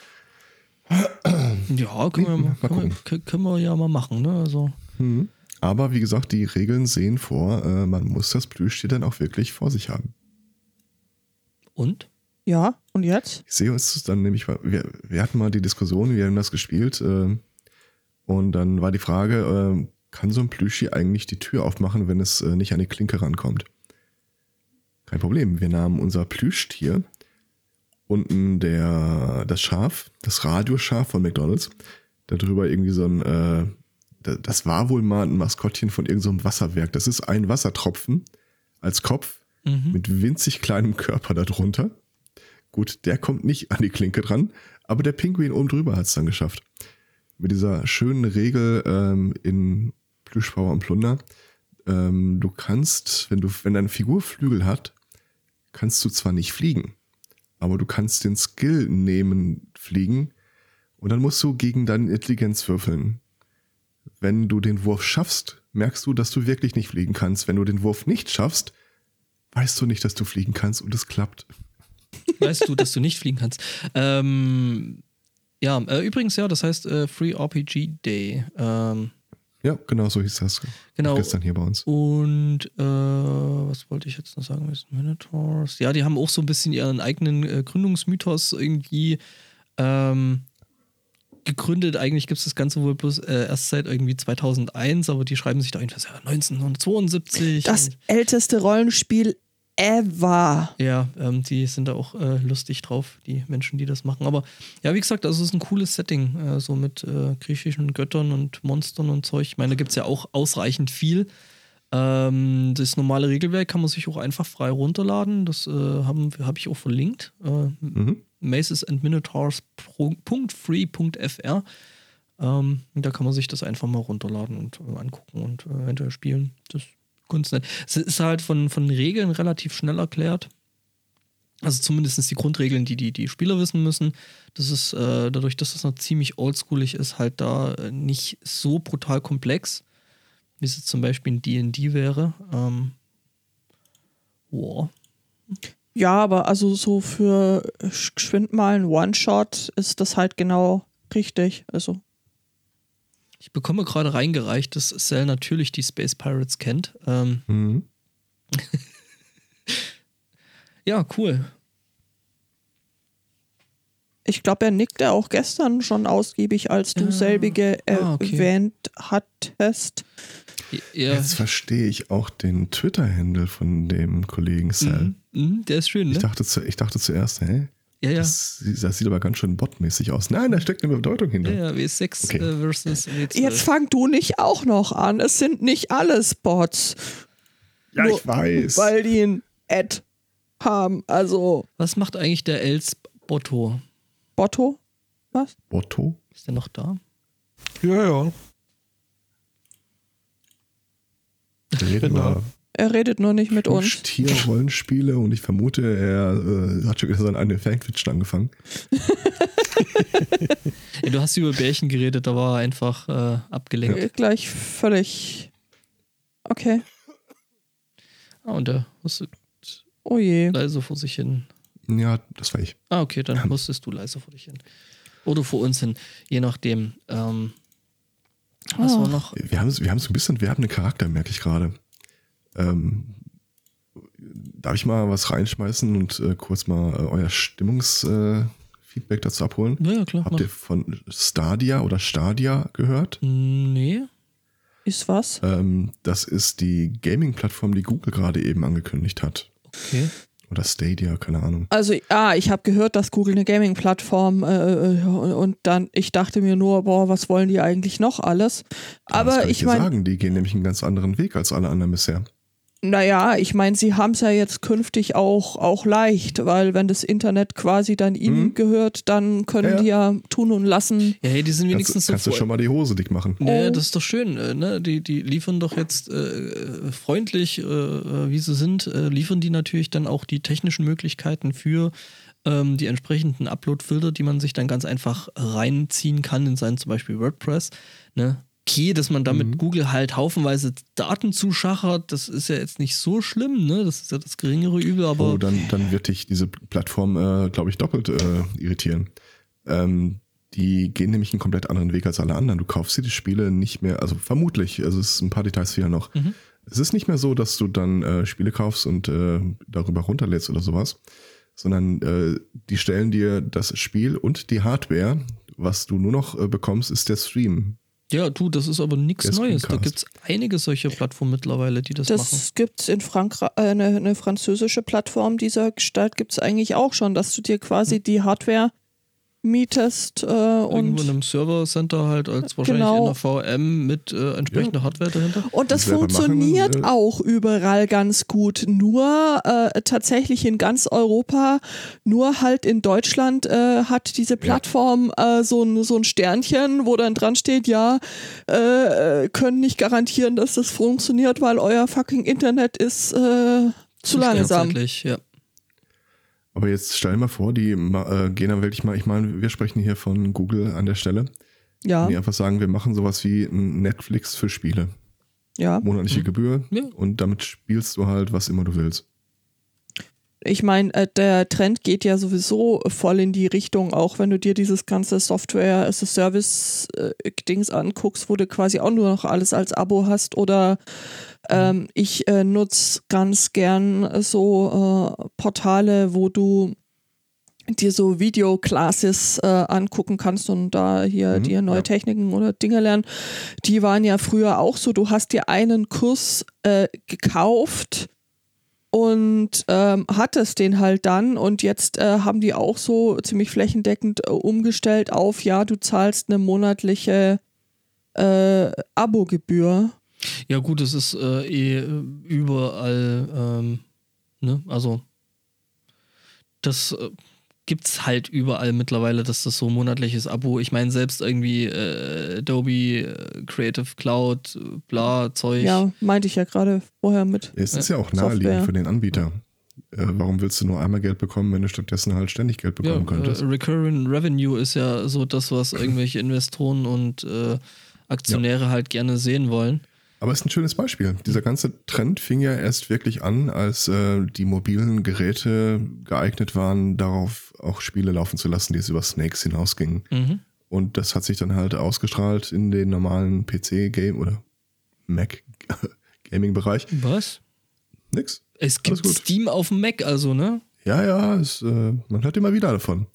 Ja, können wir ja mal machen, ne? Also. Aber wie gesagt, die Regeln sehen vor, man muss das Plüschtier dann auch wirklich vor sich haben. Und? Ja, und jetzt? Ich sehe uns dann nämlich, wir hatten mal die Diskussion, wir haben das gespielt, und dann war die Frage, kann so ein Plüschi eigentlich die Tür aufmachen, wenn es nicht an die Klinke rankommt? Kein Problem. Wir nahmen unser Plüschtier, unten das Schaf, das Radioschaf von McDonald's, darüber irgendwie so ein, das war wohl mal ein Maskottchen von irgendeinem Wasserwerk. Das ist ein Wassertropfen als Kopf mit winzig kleinem Körper darunter. Gut, der kommt nicht an die Klinke dran, aber der Pinguin oben drüber hat es dann geschafft. Mit dieser schönen Regel in Plüschpower und Plunder, du kannst, wenn deine Figur Flügel hat, kannst du zwar nicht fliegen, aber du kannst den Skill nehmen, fliegen, und dann musst du gegen deine Intelligenz würfeln. Wenn du den Wurf schaffst, merkst du, dass du wirklich nicht fliegen kannst. Wenn du den Wurf nicht schaffst, weißt du nicht, dass du fliegen kannst, und es klappt. Weißt du, dass du nicht fliegen kannst. Ja, übrigens, ja, das heißt Free RPG Day. Ja, genau, so hieß das. Genau. Gestern hier bei uns. Und was wollte ich jetzt noch sagen? Minotaurs. Ja, die haben auch so ein bisschen ihren eigenen Gründungsmythos irgendwie gegründet. Eigentlich gibt es das Ganze wohl bloß erst seit irgendwie 2001, aber die schreiben sich da irgendwas 1972. Das älteste Rollenspiel ever. Ja, die sind da auch lustig drauf, die Menschen, die das machen. Aber ja, wie gesagt, also es ist ein cooles Setting, so mit griechischen Göttern und Monstern und Zeug. Ich meine, da gibt es ja auch ausreichend viel. Das normale Regelwerk kann man sich auch einfach frei runterladen. Das hab ich auch verlinkt. macesandminotaurs.free.fr. Da kann man sich das einfach mal runterladen und angucken und hinterher spielen. Das ist ganz nett. Es ist halt von Regeln relativ schnell erklärt. Also zumindest die Grundregeln, die Spieler wissen müssen. Das ist dadurch, dass das noch ziemlich oldschoolig ist, halt da nicht so brutal komplex, wie es jetzt zum Beispiel in D&D wäre. Ja, aber also so für geschwind mal ein One-Shot ist das halt genau richtig. Also. Ich bekomme gerade reingereicht, dass Cell natürlich die Space Pirates kennt. Ja, cool. Ich glaube, er nickte auch gestern schon ausgiebig, als du selbige erwähnt hattest. Ja. Jetzt verstehe ich auch den Twitter-Handle von dem Kollegen Cell. Der ist schön, ne? Ich dachte zuerst, hä? Ja. Das sieht aber ganz schön botmäßig aus. Nein, da steckt eine Bedeutung hinter. Ja, W6 versus W12. Jetzt fang du nicht auch noch an. Es sind nicht alles Bots. Ja, ich weiß. Weil die ein Ad haben. Also. Was macht eigentlich der Els Botto? Botto? Was? Botto? Ist der noch da? Ja. Genau. Er redet nur nicht mit uns. Tierrollenspiele und ich vermute, er hat schon wieder seinen eigenen Fanfiction angefangen. Ja, du hast über Bärchen geredet, da war er einfach abgelenkt. Gleich völlig. Okay. Und der hustet leise vor sich hin. Ja, das war ich. Okay, dann hustest du leise vor dich hin. Oder vor uns hin, je nachdem. Was war noch? Wir haben so ein bisschen werbenden Charakter, merke ich gerade. Darf ich mal was reinschmeißen und kurz mal euer Stimmungsfeedback dazu abholen? Ja, klar. Habt ihr von Stadia gehört? Nee. Ist was? Das ist die Gaming-Plattform, die Google gerade eben angekündigt hat. Okay. Oder Stadia, keine Ahnung. Also, ich habe gehört, dass Google eine Gaming-Plattform und dann, ich dachte mir nur, boah, was wollen die eigentlich noch alles? Aber ich meine, die gehen nämlich einen ganz anderen Weg als alle anderen bisher. Naja, ich meine, sie haben es ja jetzt künftig auch leicht, weil wenn das Internet quasi dann ihnen gehört, dann können die ja tun und lassen. Ja, hey, die sind wenigstens kannst du schon mal die Hose dick machen. Naja, das ist doch schön. Ne? Die liefern doch jetzt freundlich, wie sie sind, liefern die natürlich dann auch die technischen Möglichkeiten für die entsprechenden Upload-Filter, die man sich dann ganz einfach reinziehen kann in sein zum Beispiel WordPress. Ne? Okay, dass man damit Google halt haufenweise Daten zuschachert, das ist ja jetzt nicht so schlimm, ne? Das ist ja das geringere Übel, aber. Dann wird dich diese Plattform, glaube ich, doppelt irritieren. Die gehen nämlich einen komplett anderen Weg als alle anderen. Du kaufst dir die Spiele nicht mehr, also vermutlich, also es sind ein paar Details fehlen noch. Es ist nicht mehr so, dass du dann Spiele kaufst und darüber runterlädst oder sowas, sondern die stellen dir das Spiel und die Hardware. Was du nur noch bekommst, ist der Stream. Ja, du, das ist aber nichts Neues. Da gibt es einige solche Plattformen mittlerweile, die das machen. Das gibt es in Frankreich, eine französische Plattform dieser Gestalt gibt es eigentlich auch schon, dass du dir quasi die Hardware mietest irgendwo in einem Server-Center halt als wahrscheinlich in einer VM mit entsprechender Hardware dahinter. Und das funktioniert auch überall ganz gut. Nur tatsächlich in ganz Europa, nur halt in Deutschland hat diese Plattform so ein Sternchen, wo dann dran steht, können nicht garantieren, dass das funktioniert, weil euer fucking Internet ist zu langsam. Ja. Aber jetzt stell dir mal vor, die gehen dann wirklich mal, ich meine, wir sprechen hier von Google an der Stelle. Ja. Die einfach sagen, wir machen sowas wie ein Netflix für Spiele. Ja. Monatliche Gebühr und damit spielst du halt, was immer du willst. Ich meine, der Trend geht ja sowieso voll in die Richtung, auch wenn du dir dieses ganze Software-as-a-Service-Dings anguckst, wo du quasi auch nur noch alles als Abo hast. Oder ich nutze ganz gern so Portale, wo du dir so Videoclasses angucken kannst und da hier dir neue Techniken oder Dinge lernen. Die waren ja früher auch so, du hast dir einen Kurs gekauft und hattest den halt dann und jetzt haben die auch so ziemlich flächendeckend umgestellt auf, ja, du zahlst eine monatliche Abogebühr. Ja gut, es ist überall, ne, also das gibt's halt überall mittlerweile, dass das so monatliches Abo, ich meine selbst irgendwie Adobe, Creative Cloud, bla, Zeug. Ja, meinte ich ja gerade vorher mit. Es ist ja auch naheliegend für den Anbieter. Warum willst du nur einmal Geld bekommen, wenn du stattdessen halt ständig Geld bekommen könntest? Recurring Revenue ist ja so das, was irgendwelche Investoren und Aktionäre halt gerne sehen wollen. Aber es ist ein schönes Beispiel. Dieser ganze Trend fing ja erst wirklich an, als die mobilen Geräte geeignet waren, darauf auch Spiele laufen zu lassen, die es über Snakes hinausgingen. Mhm. Und das hat sich dann halt ausgestrahlt in den normalen PC-Game- oder Mac-Gaming-Bereich. Was? Nix. Es gibt Steam auf dem Mac, also, ne? Ja, man hört immer wieder davon.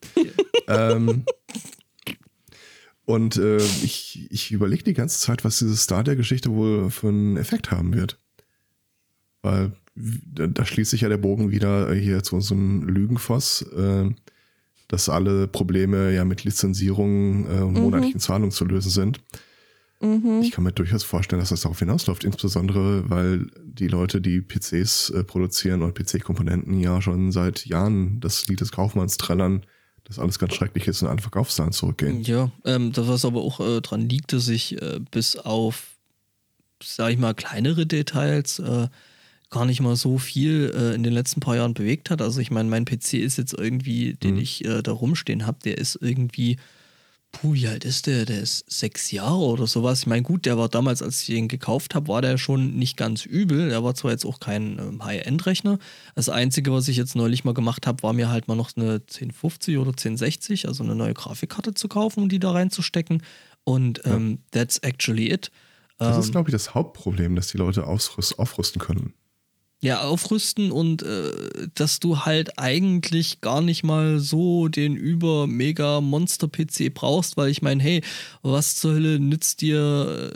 Und ich überlege die ganze Zeit, was diese Stadia-Geschichte wohl für einen Effekt haben wird. Weil da schließt sich ja der Bogen wieder hier zu unserem Lügenfoss, dass alle Probleme ja mit Lizenzierung und monatlichen Zahlungen zu lösen sind. Ich kann mir durchaus vorstellen, dass das darauf hinausläuft, insbesondere weil die Leute, die PCs produzieren und PC-Komponenten ja schon seit Jahren das Lied des Kaufmanns trällern, dass alles ganz schrecklich ist und alle Verkaufszahlen zurückgehen. Ja, das was aber auch dran liegt, dass sich bis auf, sag ich mal, kleinere Details gar nicht mal so viel in den letzten paar Jahren bewegt hat. Also ich meine, mein PC ist jetzt irgendwie, den ich da rumstehen habe, der ist irgendwie, wie alt ist der? Der ist 6 Jahre oder sowas. Ich meine, gut, der war damals, als ich den gekauft habe, war der schon nicht ganz übel. Der war zwar jetzt auch kein High-End-Rechner. Das Einzige, was ich jetzt neulich mal gemacht habe, war mir halt mal noch eine 1050 oder 1060, also eine neue Grafikkarte zu kaufen und die da reinzustecken. Und that's actually it. Das ist, glaube ich, das Hauptproblem, dass die Leute aufrüsten können. Ja, aufrüsten und dass du halt eigentlich gar nicht mal so den Mega-Monster-PC brauchst, weil ich meine, hey, was zur Hölle nützt dir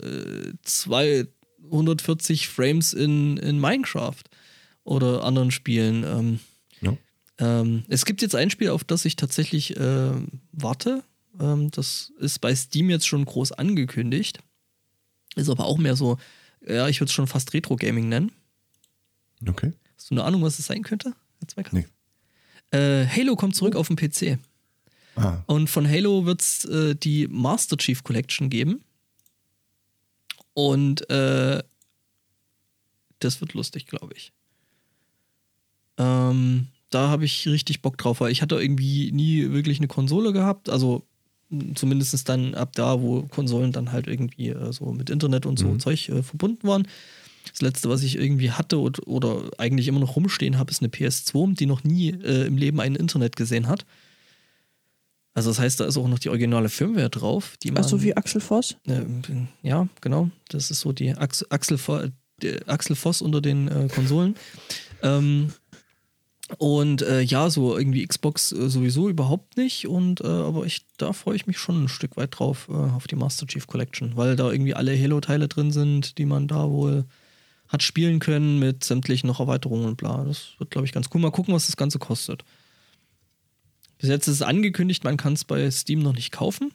240 Frames in Minecraft oder anderen Spielen? Es gibt jetzt ein Spiel, auf das ich tatsächlich warte. Das ist bei Steam jetzt schon groß angekündigt. Ist aber auch mehr so, ja, ich würde es schon fast Retro-Gaming nennen. Okay. Hast du eine Ahnung, was es sein könnte? Nee. Halo kommt zurück auf den PC. Ah. Und von Halo wird es die Master Chief Collection geben. Und das wird lustig, glaube ich. Da habe ich richtig Bock drauf, weil ich hatte irgendwie nie wirklich eine Konsole gehabt. Also zumindest dann ab da, wo Konsolen dann halt irgendwie so mit Internet und so Zeug verbunden waren. Das letzte, was ich irgendwie hatte oder eigentlich immer noch rumstehen habe, ist eine PS2, die noch nie im Leben ein Internet gesehen hat. Also das heißt, da ist auch noch die originale Firmware drauf. Die man, also wie Axel Voss? Ja, genau. Das ist so die Axel Voss unter den Konsolen. Ja, so irgendwie Xbox sowieso überhaupt nicht. Aber da freue ich mich schon ein Stück weit drauf, auf die Master Chief Collection, weil da irgendwie alle Halo-Teile drin sind, die man da wohl hat spielen können mit sämtlichen noch Erweiterungen und bla. Das wird, glaube ich, ganz cool. Mal gucken, was das Ganze kostet. Bis jetzt ist es angekündigt, man kann es bei Steam noch nicht kaufen.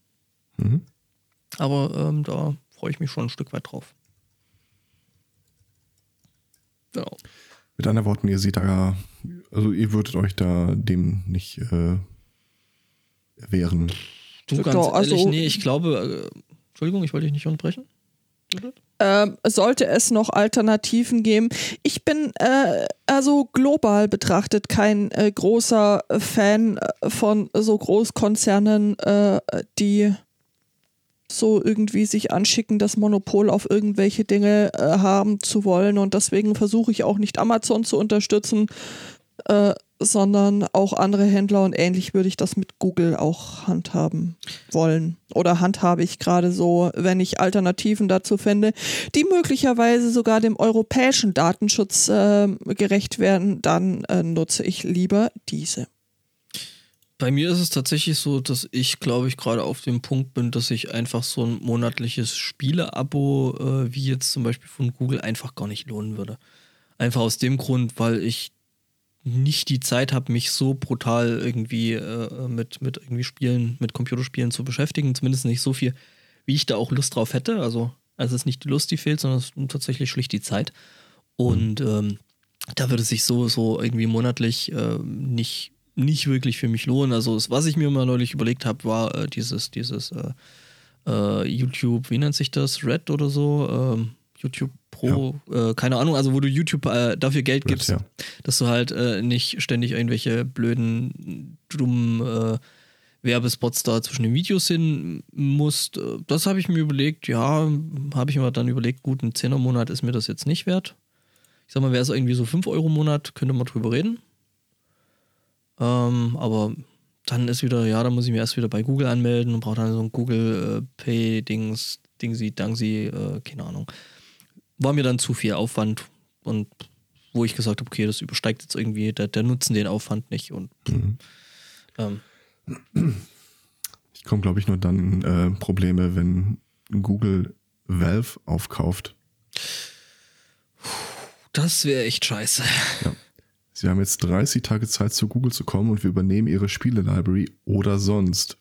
Aber da freue ich mich schon ein Stück weit drauf. Genau. Mit anderen Worten, ihr würdet euch da dem nicht wehren. Du, ganz ehrlich, nee, ich glaube, Entschuldigung, ich wollte dich nicht unterbrechen. Sollte es noch Alternativen geben. Ich bin also global betrachtet kein großer Fan von so Großkonzernen, die so irgendwie sich anschicken, das Monopol auf irgendwelche Dinge haben zu wollen, und deswegen versuche ich auch nicht Amazon zu unterstützen. sondern auch andere Händler und ähnlich würde ich das mit Google auch handhaben wollen. Oder handhabe ich gerade so, wenn ich Alternativen dazu finde, die möglicherweise sogar dem europäischen Datenschutz gerecht werden, dann nutze ich lieber diese. Bei mir ist es tatsächlich so, dass ich, glaube ich, gerade auf dem Punkt bin, dass ich einfach so ein monatliches Spiele-Abo, wie jetzt zum Beispiel von Google, einfach gar nicht lohnen würde. Einfach aus dem Grund, weil ich nicht die Zeit habe, mich so brutal irgendwie mit irgendwie Spielen, mit Computerspielen zu beschäftigen. Zumindest nicht so viel, wie ich da auch Lust drauf hätte. Also es ist nicht die Lust, die fehlt, sondern es ist tatsächlich schlicht die Zeit. Und da würde es sich so irgendwie monatlich nicht wirklich für mich lohnen. Also was ich mir mal neulich überlegt habe, war dieses YouTube, wie nennt sich das? Red oder so? YouTube Pro, keine Ahnung, also wo du YouTube dafür Geld gibst, dass du halt nicht ständig irgendwelche blöden, dummen Werbespots da zwischen den Videos hin musst. Das habe ich mir überlegt, habe ich mir dann überlegt, gut, ein 10er Monat ist mir das jetzt nicht wert. Ich sag mal, wäre es irgendwie so 5 Euro im Monat, könnte man drüber reden. Aber dann ist wieder, dann muss ich mir erst wieder bei Google anmelden und brauche dann so ein Google Pay-Dingsi, keine Ahnung. War mir dann zu viel Aufwand und wo ich gesagt habe, okay, das übersteigt jetzt irgendwie der Nutzen den Aufwand nicht. Und ich komme, glaube ich, nur dann in Probleme, wenn Google Valve aufkauft. Das wäre echt scheiße. Ja. Sie haben jetzt 30 Tage Zeit, zu Google zu kommen und wir übernehmen ihre Spiele-Library oder sonst.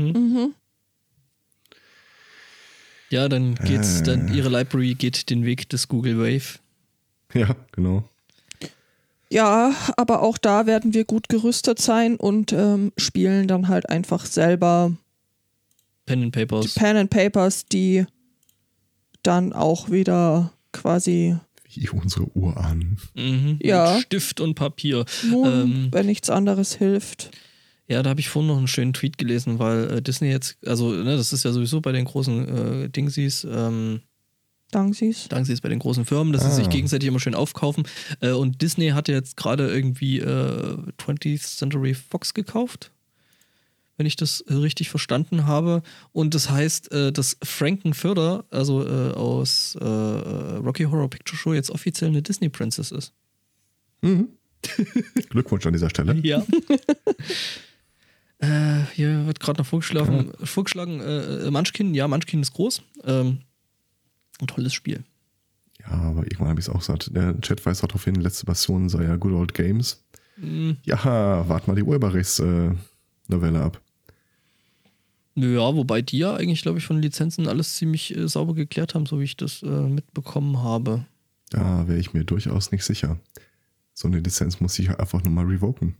Ja, dann ihre Library geht den Weg des Google Wave. Ja, genau. Ja, aber auch da werden wir gut gerüstet sein und spielen dann halt einfach selber Pen and Papers, die dann auch wieder quasi wie unsere Urahnen. Ja. Mit Stift und Papier. Nun, wenn nichts anderes hilft. Ja, da habe ich vorhin noch einen schönen Tweet gelesen, weil Disney jetzt, also das ist ja sowieso bei den großen Dingsies, Dangsies bei den großen Firmen, dass sie sich gegenseitig immer schön aufkaufen. Und Disney hat jetzt gerade irgendwie 20th Century Fox gekauft, wenn ich das richtig verstanden habe. Und das heißt, dass Frankenfurter, also aus Rocky Horror Picture Show, jetzt offiziell eine Disney Princess ist. Glückwunsch an dieser Stelle. Ja. Hier wird gerade noch vorgeschlagen, Munchkin. Ja, Munchkin ist groß. Ein tolles Spiel. Ja, aber irgendwann habe ich es auch gesagt. Der Chat weist darauf hin, letzte Version sei ja Good Old Games. Ja, wart mal die Urheberrechtsnovelle ab. Ja, wobei die ja eigentlich, glaube ich, von Lizenzen alles ziemlich sauber geklärt haben, so wie ich das mitbekommen habe. Da wäre ich mir durchaus nicht sicher. So eine Lizenz muss ich einfach nur mal revoken.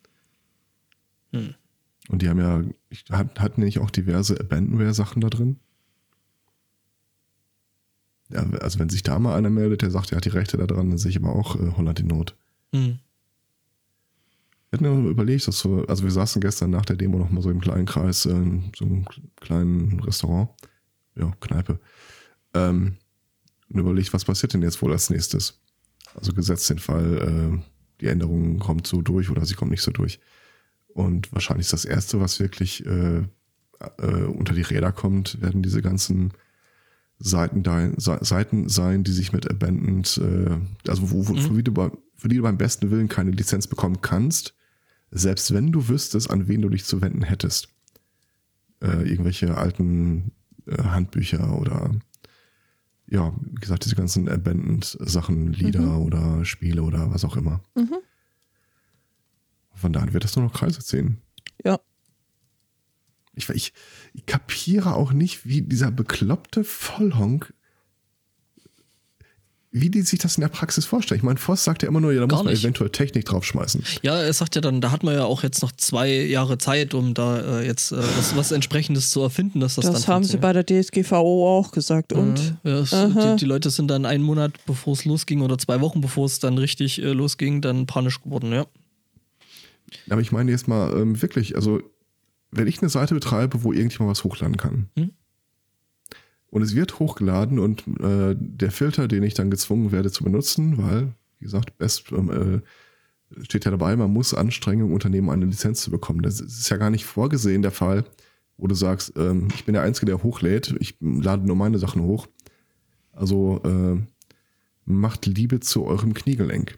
Und die haben ja, hatten nicht auch diverse Abandonware-Sachen da drin? Ja, also wenn sich da mal einer meldet, der sagt, er hat die Rechte da dran, dann sehe ich aber auch Holland in Not. Wir hatten ja überlegt, dass so, also wir saßen gestern nach der Demo noch mal so im kleinen Kreis, so einem kleinen Restaurant, ja, Kneipe, und überlegt, was passiert denn jetzt wohl als nächstes? Also gesetzt den Fall, die Änderung kommt so durch oder sie kommt nicht so durch. Und wahrscheinlich ist das Erste, was wirklich unter die Räder kommt, werden diese ganzen Seiten sein, die sich mit Abandoned, also für die du beim besten Willen keine Lizenz bekommen kannst, selbst wenn du wüsstest, an wen du dich zu wenden hättest. Irgendwelche alten Handbücher oder ja, wie gesagt, diese ganzen Abandoned-Sachen, Lieder oder Spiele oder was auch immer. Von daher wird das nur noch Kreise ziehen. Ja. Ich kapiere auch nicht, wie dieser bekloppte Vollhonk, wie die sich das in der Praxis vorstellen. Ich meine, Voss sagt ja immer nur, ja, da muss man eventuell Technik draufschmeißen. Ja, er sagt ja dann, da hat man ja auch jetzt noch 2 Jahre Zeit, um da jetzt was Entsprechendes zu erfinden, dass das dann haben sie bei der DSGVO auch gesagt. Und die Leute sind dann 1 Monat, bevor es losging, oder 2 Wochen, bevor es dann richtig losging, dann panisch geworden, ja. Aber ich meine jetzt mal wirklich, also wenn ich eine Seite betreibe, wo irgendjemand was hochladen kann und es wird hochgeladen und der Filter, den ich dann gezwungen werde zu benutzen, weil, wie gesagt, steht ja dabei, man muss Anstrengungen unternehmen, eine Lizenz zu bekommen. Das ist ja gar nicht vorgesehen, der Fall, wo du sagst, ich bin der Einzige, der hochlädt, ich lade nur meine Sachen hoch. Also macht Liebe zu eurem Kniegelenk.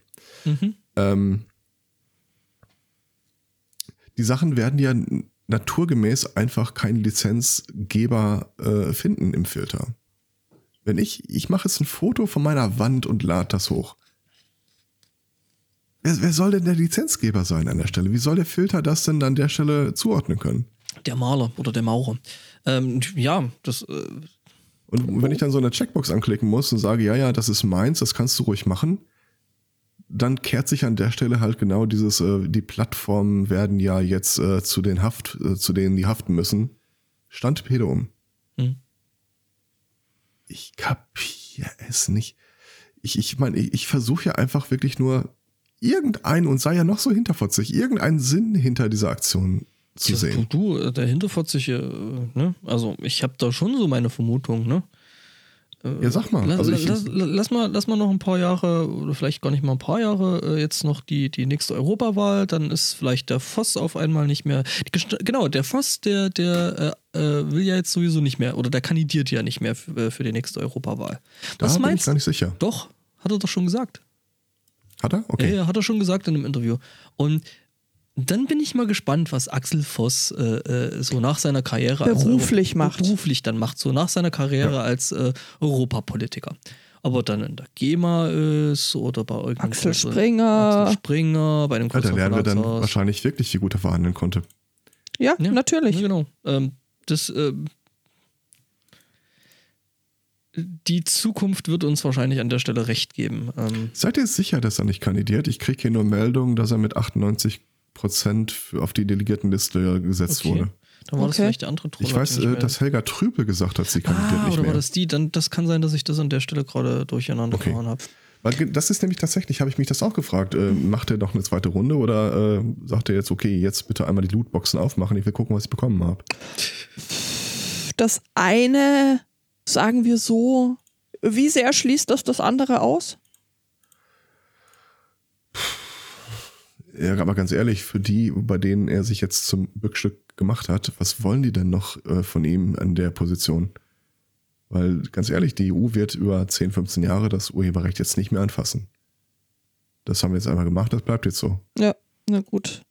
Die Sachen werden ja naturgemäß einfach keinen Lizenzgeber finden im Filter. Wenn ich mache jetzt ein Foto von meiner Wand und lade das hoch. Wer soll denn der Lizenzgeber sein an der Stelle? Wie soll der Filter das denn an der Stelle zuordnen können? Der Maler oder der Maurer. Ja, das... Und wenn ich dann so eine Checkbox anklicken muss und sage, ja, das ist meins, das kannst du ruhig machen, dann kehrt sich an der Stelle halt genau dieses, die Plattformen werden ja jetzt zu denen die haften müssen, Standpede um. Ich kapiere es nicht. Ich meine, ich versuche ja einfach wirklich nur und sei ja noch so hinterfotzig, irgendeinen Sinn hinter dieser Aktion zu sehen. Du, der hinterfotzige, ne? Also ich habe da schon so meine Vermutung, ne? Ja, sag mal. Lass mal noch ein paar Jahre, oder vielleicht gar nicht mal ein paar Jahre, jetzt noch die nächste Europawahl, dann ist vielleicht der Voss auf einmal nicht mehr. Genau, der Voss, der will ja jetzt sowieso nicht mehr, oder der kandidiert ja nicht mehr für die nächste Europawahl. Was bin meinst ich gar nicht sicher. Doch, hat er doch schon gesagt. Hat er? Okay. Ja, hat er schon gesagt in einem Interview. Und dann bin ich mal gespannt, was Axel Voss so nach seiner Karriere beruflich macht. So nach seiner Karriere als Europapolitiker. Ob er dann in der GEMA ist oder bei irgendeinem Axel Springer, bei dem Da lernen wir dann wahrscheinlich wirklich, wie gut er verhandeln konnte. Ja, natürlich. Ja, genau. Die Zukunft wird uns wahrscheinlich an der Stelle recht geben. Seid ihr sicher, dass er nicht kandidiert? Ich kriege hier nur Meldungen, dass er mit 98% auf die Delegiertenliste gesetzt wurde. Dann war das vielleicht der andere Troller. Ich weiß, dass Helga Trüpel gesagt hat, sie kandidiert nicht oder mehr. War das die? Dann, das kann sein, dass ich das an der Stelle gerade durcheinander gefahren habe. Weil das ist nämlich tatsächlich, habe ich mich das auch gefragt, macht er noch eine zweite Runde oder sagt er jetzt, okay, jetzt bitte einmal die Lootboxen aufmachen, ich will gucken, was ich bekommen habe. Das eine, sagen wir so, wie sehr schließt das andere aus? Ja, aber ganz ehrlich, für die, bei denen er sich jetzt zum Rückstück gemacht hat, was wollen die denn noch von ihm an der Position? Weil, ganz ehrlich, die EU wird über 10, 15 Jahre das Urheberrecht jetzt nicht mehr anfassen. Das haben wir jetzt einmal gemacht, das bleibt jetzt so. Ja, na gut.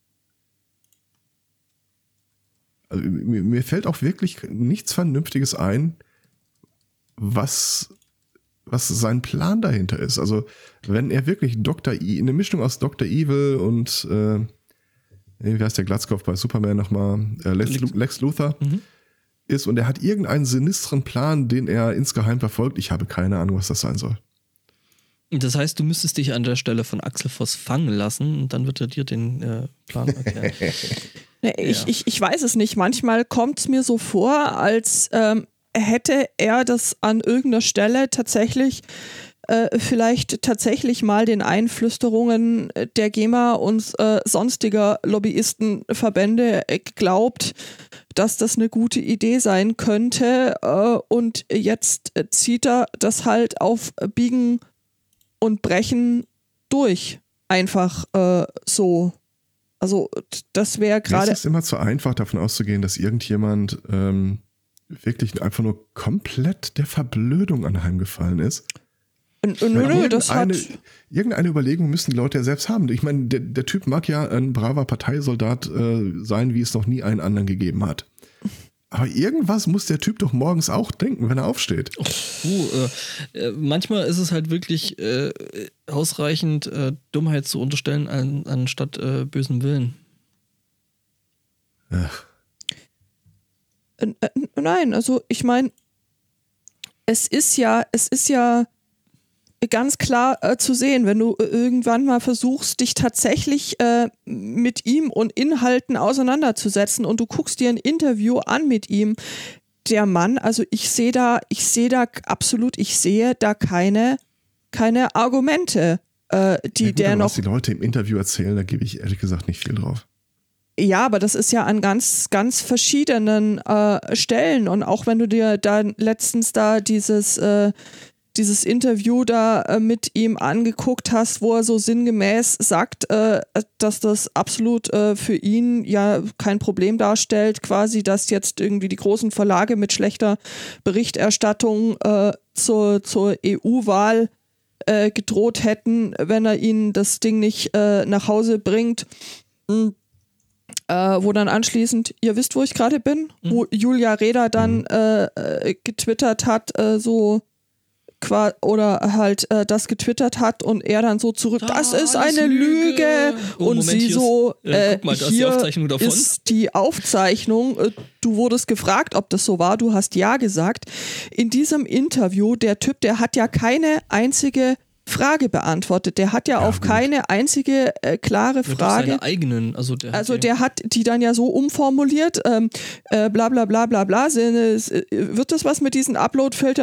Also, mir fällt auch wirklich nichts Vernünftiges ein, was sein Plan dahinter ist. Also, wenn er wirklich eine Mischung aus Dr. Evil und wie heißt der Glatzkopf bei Superman nochmal? Lex Luthor ist und er hat irgendeinen sinistren Plan, den er insgeheim verfolgt. Ich habe keine Ahnung, was das sein soll. Das heißt, du müsstest dich an der Stelle von Axel Voss fangen lassen und dann wird er dir den Plan erklären. Ich weiß es nicht. Manchmal kommt es mir so vor, als hätte er das an irgendeiner Stelle vielleicht tatsächlich mal den Einflüsterungen der GEMA und sonstiger Lobbyistenverbände geglaubt, dass das eine gute Idee sein könnte und jetzt zieht er das halt auf Biegen und Brechen durch. Einfach so. Also das wäre gerade... Es ist immer zu einfach davon auszugehen, dass irgendjemand wirklich einfach nur komplett der Verblödung anheimgefallen ist. Irgendeine Überlegung müssen die Leute ja selbst haben. Ich meine, der Typ mag ja ein braver Parteisoldat sein, wie es noch nie einen anderen gegeben hat. Aber irgendwas muss der Typ doch morgens auch denken, wenn er aufsteht. Manchmal ist es halt wirklich ausreichend, Dummheit zu unterstellen, anstatt bösen Willen. Ach. Nein, also ich meine, es ist ja ganz klar zu sehen, wenn du irgendwann mal versuchst, dich tatsächlich mit ihm und Inhalten auseinanderzusetzen und du guckst dir ein Interview an mit ihm, der Mann, also ich sehe da keine Argumente, der noch... Was die Leute im Interview erzählen, da gebe ich ehrlich gesagt nicht viel drauf. Ja, aber das ist ja an ganz, ganz verschiedenen Stellen und auch wenn du dir dann letztens da dieses dieses Interview da mit ihm angeguckt hast, wo er so sinngemäß sagt, dass das absolut für ihn ja kein Problem darstellt, quasi, dass jetzt irgendwie die großen Verlage mit schlechter Berichterstattung zur EU-Wahl gedroht hätten, wenn er ihnen das Ding nicht nach Hause bringt. Wo dann anschließend, ihr wisst, wo ich gerade bin, wo Julia Reda dann getwittert hat, oder halt das getwittert hat und er dann so zurück, das ist eine Lüge. Und Moment, sie so, guck mal, hier ist die Aufzeichnung, du wurdest gefragt, ob das so war, du hast ja gesagt. In diesem Interview, der Typ, der hat ja keine einzige Frage beantwortet. Der hat ja auf keine einzige klare Frage. Seine eigenen, der hat die dann ja so umformuliert, bla bla bla bla bla. Wird das was mit diesen Upload-Filter?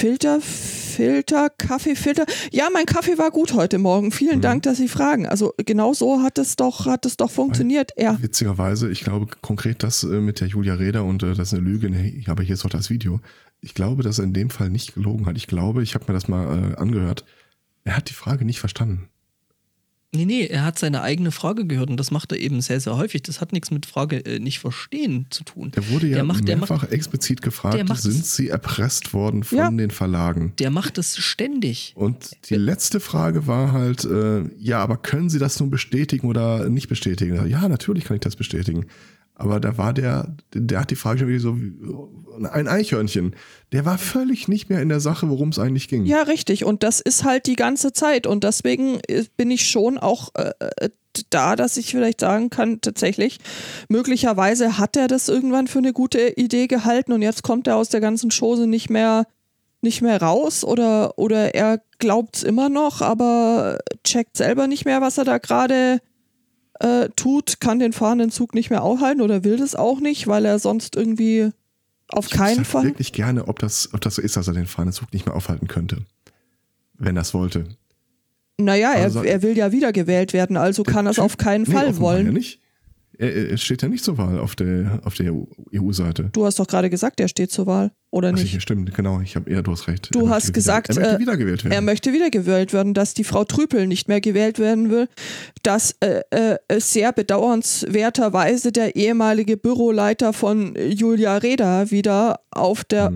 Kaffeefilter? Ja, mein Kaffee war gut heute Morgen. Vielen Dank, dass Sie fragen. Also genau so hat es doch funktioniert. Witzigerweise, ich glaube konkret das mit der Julia Reda und das ist eine Lüge, aber hier ist doch das Video. Ich glaube, dass er in dem Fall nicht gelogen hat. Ich glaube, ich habe mir das mal angehört. Er hat die Frage nicht verstanden. Nee, er hat seine eigene Frage gehört und das macht er eben sehr, sehr häufig. Das hat nichts mit Frage nicht verstehen zu tun. Der wurde ja mehrfach explizit gefragt, sind Sie erpresst worden von den Verlagen? Der macht das ständig. Und die letzte Frage war halt, aber können Sie das nun bestätigen oder nicht bestätigen? Ja, natürlich kann ich das bestätigen. Aber da war der hat die Frage schon wieder so ein Eichhörnchen. Der war völlig nicht mehr in der Sache, worum es eigentlich ging. Ja, richtig. Und das ist halt die ganze Zeit. Und deswegen bin ich schon auch da, dass ich vielleicht sagen kann, tatsächlich, möglicherweise hat er das irgendwann für eine gute Idee gehalten und jetzt kommt er aus der ganzen Chose nicht mehr raus oder er glaubt es immer noch, aber checkt selber nicht mehr, was er da gerade tut, kann den fahrenden Zug nicht mehr aufhalten oder will das auch nicht, weil er sonst irgendwie auf keinen Fall... Ich wirklich gerne, ob das so ist, dass er den fahrenden Zug nicht mehr aufhalten könnte, wenn er es wollte. Naja, er will ja wiedergewählt werden, also kann er es auf keinen Fall wollen. Ja nicht. Er steht ja nicht zur Wahl auf der EU-Seite. Du hast doch gerade gesagt, er steht zur Wahl, oder nicht? Ja, stimmt, genau. Du hast recht. Du hast gesagt, er möchte wiedergewählt werden. Er möchte wiedergewählt werden, dass die Frau Trüpel nicht mehr gewählt werden will, dass sehr bedauernswerterweise der ehemalige Büroleiter von Julia Reda wieder auf der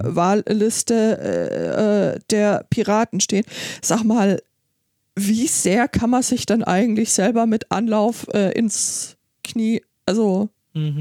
Wahlliste der Piraten steht. Sag mal, wie sehr kann man sich dann eigentlich selber mit Anlauf ins Knie, also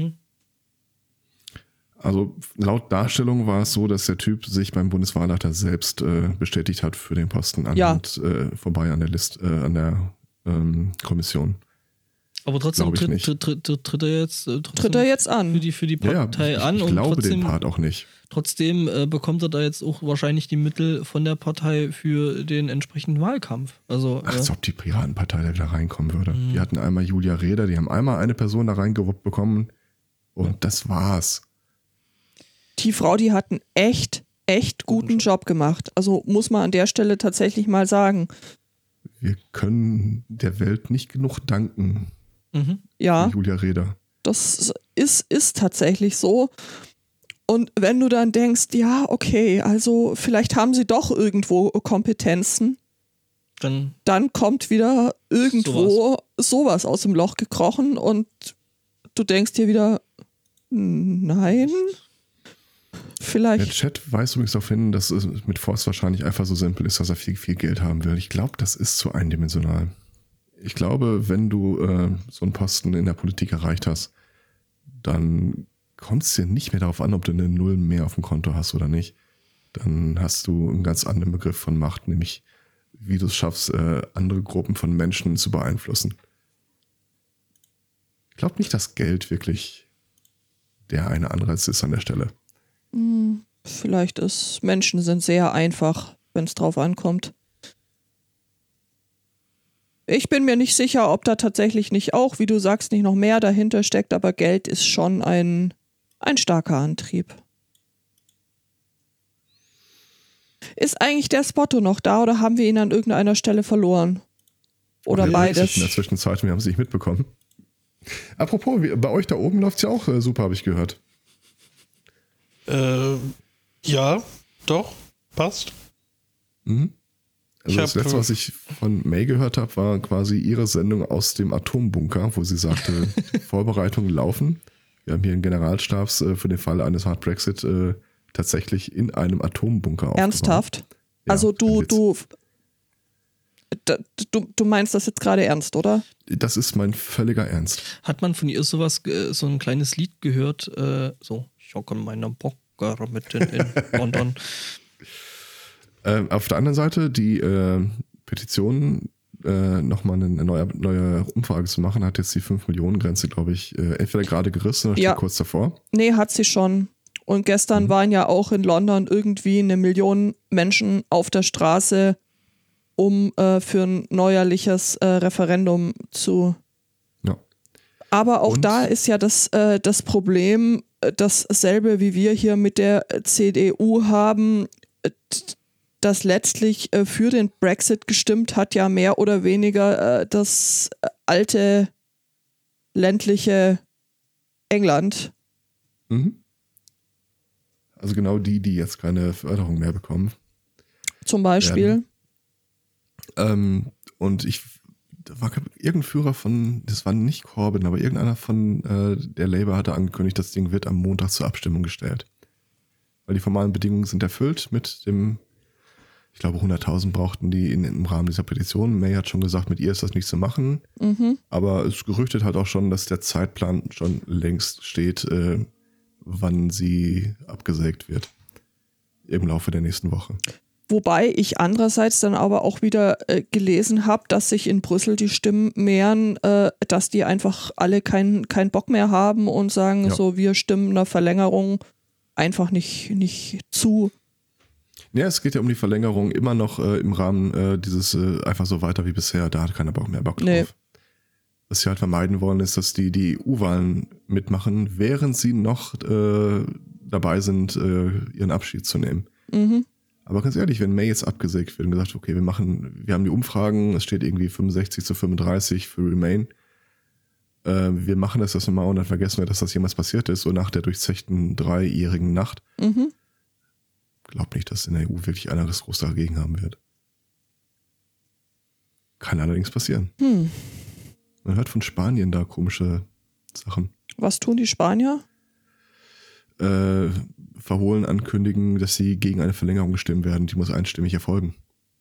laut Darstellung war es so, dass der Typ sich beim Bundeswahlleiter selbst bestätigt hat für den Posten und vorbei an der Liste, an der Kommission. Aber trotzdem tritt er jetzt an. Für die Partei an. Ich glaube den Part auch nicht. Trotzdem bekommt er da jetzt auch wahrscheinlich die Mittel von der Partei für den entsprechenden Wahlkampf. Also, als ob die Piratenpartei da wieder reinkommen würde. Die hatten einmal Julia Reda, die haben einmal eine Person da reingewuppt bekommen und das war's. Die Frau, die hat einen echt guten Job gemacht. Also muss man an der Stelle tatsächlich mal sagen. Wir können der Welt nicht genug danken. Ja. Julia Reda. Das ist tatsächlich so. Und wenn du dann denkst, ja, okay, also vielleicht haben sie doch irgendwo Kompetenzen, dann kommt wieder irgendwo sowas aus dem Loch gekrochen und du denkst dir wieder, nein, vielleicht. Der Chat weist übrigens darauf hin, dass es mit Forst wahrscheinlich einfach so simpel ist, dass er viel, viel Geld haben will. Ich glaube, das ist zu eindimensional. Ich glaube, wenn du so einen Posten in der Politik erreicht hast, dann kommt es dir nicht mehr darauf an, ob du eine Null mehr auf dem Konto hast oder nicht. Dann hast du einen ganz anderen Begriff von Macht, nämlich wie du es schaffst, andere Gruppen von Menschen zu beeinflussen. Ich glaube nicht, dass Geld wirklich der eine Anreiz ist an der Stelle. Vielleicht ist, Menschen sind sehr einfach, wenn es drauf ankommt. Ich bin mir nicht sicher, ob da tatsächlich nicht auch, wie du sagst, nicht noch mehr dahinter steckt, aber Geld ist schon ein starker Antrieb. Ist eigentlich der Spotto noch da oder haben wir ihn an irgendeiner Stelle verloren? Oder beides? In der Zwischenzeit, wir haben es nicht mitbekommen. Apropos, bei euch da oben läuft es ja auch super, habe ich gehört. Ja, doch, passt. Also das Letzte, was ich von May gehört habe, war quasi ihre Sendung aus dem Atombunker, wo sie sagte, Vorbereitungen laufen. Wir haben hier einen Generalstabs für den Fall eines Hard Brexit tatsächlich in einem Atombunker aufgebaut. Ernsthaft? Ja, also du meinst das jetzt gerade ernst, oder? Das ist mein völliger Ernst. Hat man von ihr sowas, so ein kleines Lied gehört, so, ich hocke an meiner Bocker mit in London. Auf der anderen Seite, die Petition, nochmal eine neue Umfrage zu machen, hat jetzt die 5-Millionen-Grenze, glaube ich, entweder gerade gerissen oder steht kurz davor. Nee, hat sie schon. Und gestern waren ja auch in London irgendwie 1 Million Menschen auf der Straße, um für ein neuerliches Referendum zu... Ja. Aber auch da ist ja das Problem, dasselbe wie wir hier mit der CDU haben, das letztlich für den Brexit gestimmt hat, ja mehr oder weniger das alte ländliche England. Also genau die jetzt keine Förderung mehr bekommen. Zum Beispiel. Und da war irgendein Führer von, das war nicht Corbyn, aber irgendeiner von der Labour hatte angekündigt, das Ding wird am Montag zur Abstimmung gestellt. Weil die formalen Bedingungen sind erfüllt mit dem, ich glaube 100.000 brauchten die im Rahmen dieser Petition. May hat schon gesagt, mit ihr ist das nicht zu machen. Aber es gerüchtet halt auch schon, dass der Zeitplan schon längst steht, wann sie abgesägt wird. Im Laufe der nächsten Woche. Wobei ich andererseits dann aber auch wieder gelesen habe, dass sich in Brüssel die Stimmen mehren, dass die einfach alle keinen Bock mehr haben und sagen, so wir stimmen einer Verlängerung einfach nicht zu. Ja, es geht ja um die Verlängerung immer noch im Rahmen dieses einfach so weiter wie bisher. Da hat keiner Bock drauf. Nee. Was sie halt vermeiden wollen, ist, dass die EU-Wahlen mitmachen, während sie noch dabei sind, ihren Abschied zu nehmen. Aber ganz ehrlich, wenn May jetzt abgesägt wird und gesagt, okay, wir haben die Umfragen, es steht irgendwie 65-35 für Remain. Wir machen das mal und dann vergessen wir, dass das jemals passiert ist, so nach der durchzechten 3-jährigen Nacht. Glaub nicht, dass in der EU wirklich einer das groß dagegen haben wird. Kann allerdings passieren. Man hört von Spanien da komische Sachen. Was tun die Spanier? Verhohlen ankündigen, dass sie gegen eine Verlängerung stimmen werden. Die muss einstimmig erfolgen.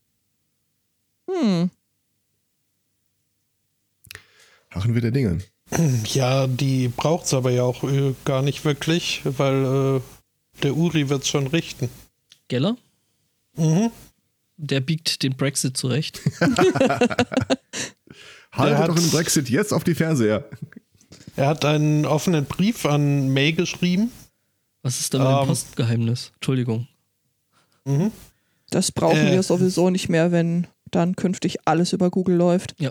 Harren wir der Dinge. Ja, die braucht es aber ja auch gar nicht wirklich, weil der Uri wird es schon richten. Geller? Der biegt den Brexit zurecht. Haltet doch den Brexit jetzt auf die Fernseher. Er hat einen offenen Brief an May geschrieben. Was ist denn mit dem Postgeheimnis? Entschuldigung. Das brauchen wir sowieso nicht mehr, wenn dann künftig alles über Google läuft. Ja.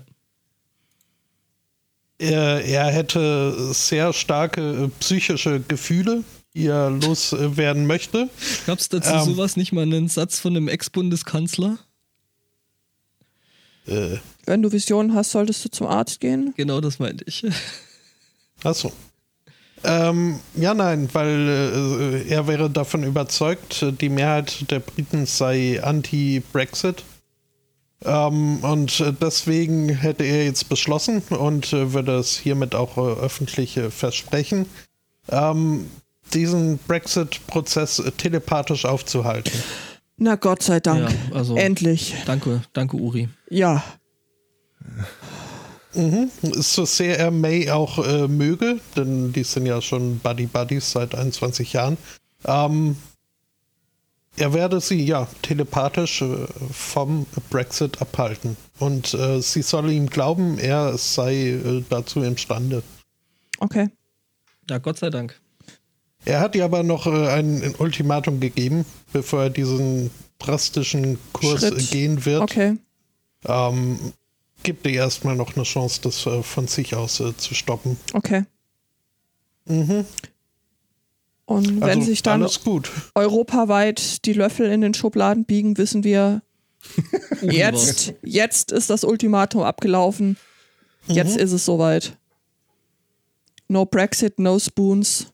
Er hätte sehr starke psychische Gefühle, die er loswerden möchte. Gab es dazu sowas, nicht mal einen Satz von einem Ex-Bundeskanzler? Wenn du Visionen hast, solltest du zum Arzt gehen. Genau, das meinte ich. Achso. Ja, nein, weil er wäre davon überzeugt, die Mehrheit der Briten sei anti-Brexit. Und deswegen hätte er jetzt beschlossen und würde es hiermit auch öffentlich versprechen, diesen Brexit-Prozess telepathisch aufzuhalten. Na Gott sei Dank. Ja, also, endlich. Danke Uri. Ja. So sehr er May auch möge, denn die sind ja schon Buddy-Buddies seit 21 Jahren, er werde sie ja telepathisch vom Brexit abhalten. Und sie solle ihm glauben, er sei dazu imstande. Okay. Ja, Gott sei Dank. Er hat ihr aber noch ein Ultimatum gegeben, bevor er diesen drastischen Kurs gehen wird. Okay. Gibt ihr erstmal noch eine Chance, das von sich aus zu stoppen. Okay. Und wenn sich dann europaweit die Löffel in den Schubladen biegen, wissen wir, jetzt ist das Ultimatum abgelaufen. Jetzt ist es soweit. No Brexit, no spoons.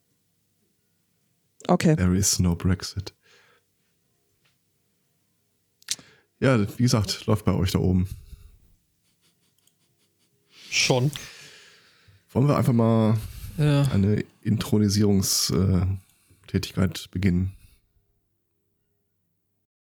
Okay. There is no Brexit. Ja, wie gesagt, läuft bei euch da oben. Schon. Wollen wir einfach mal eine Intronisierungstätigkeit beginnen?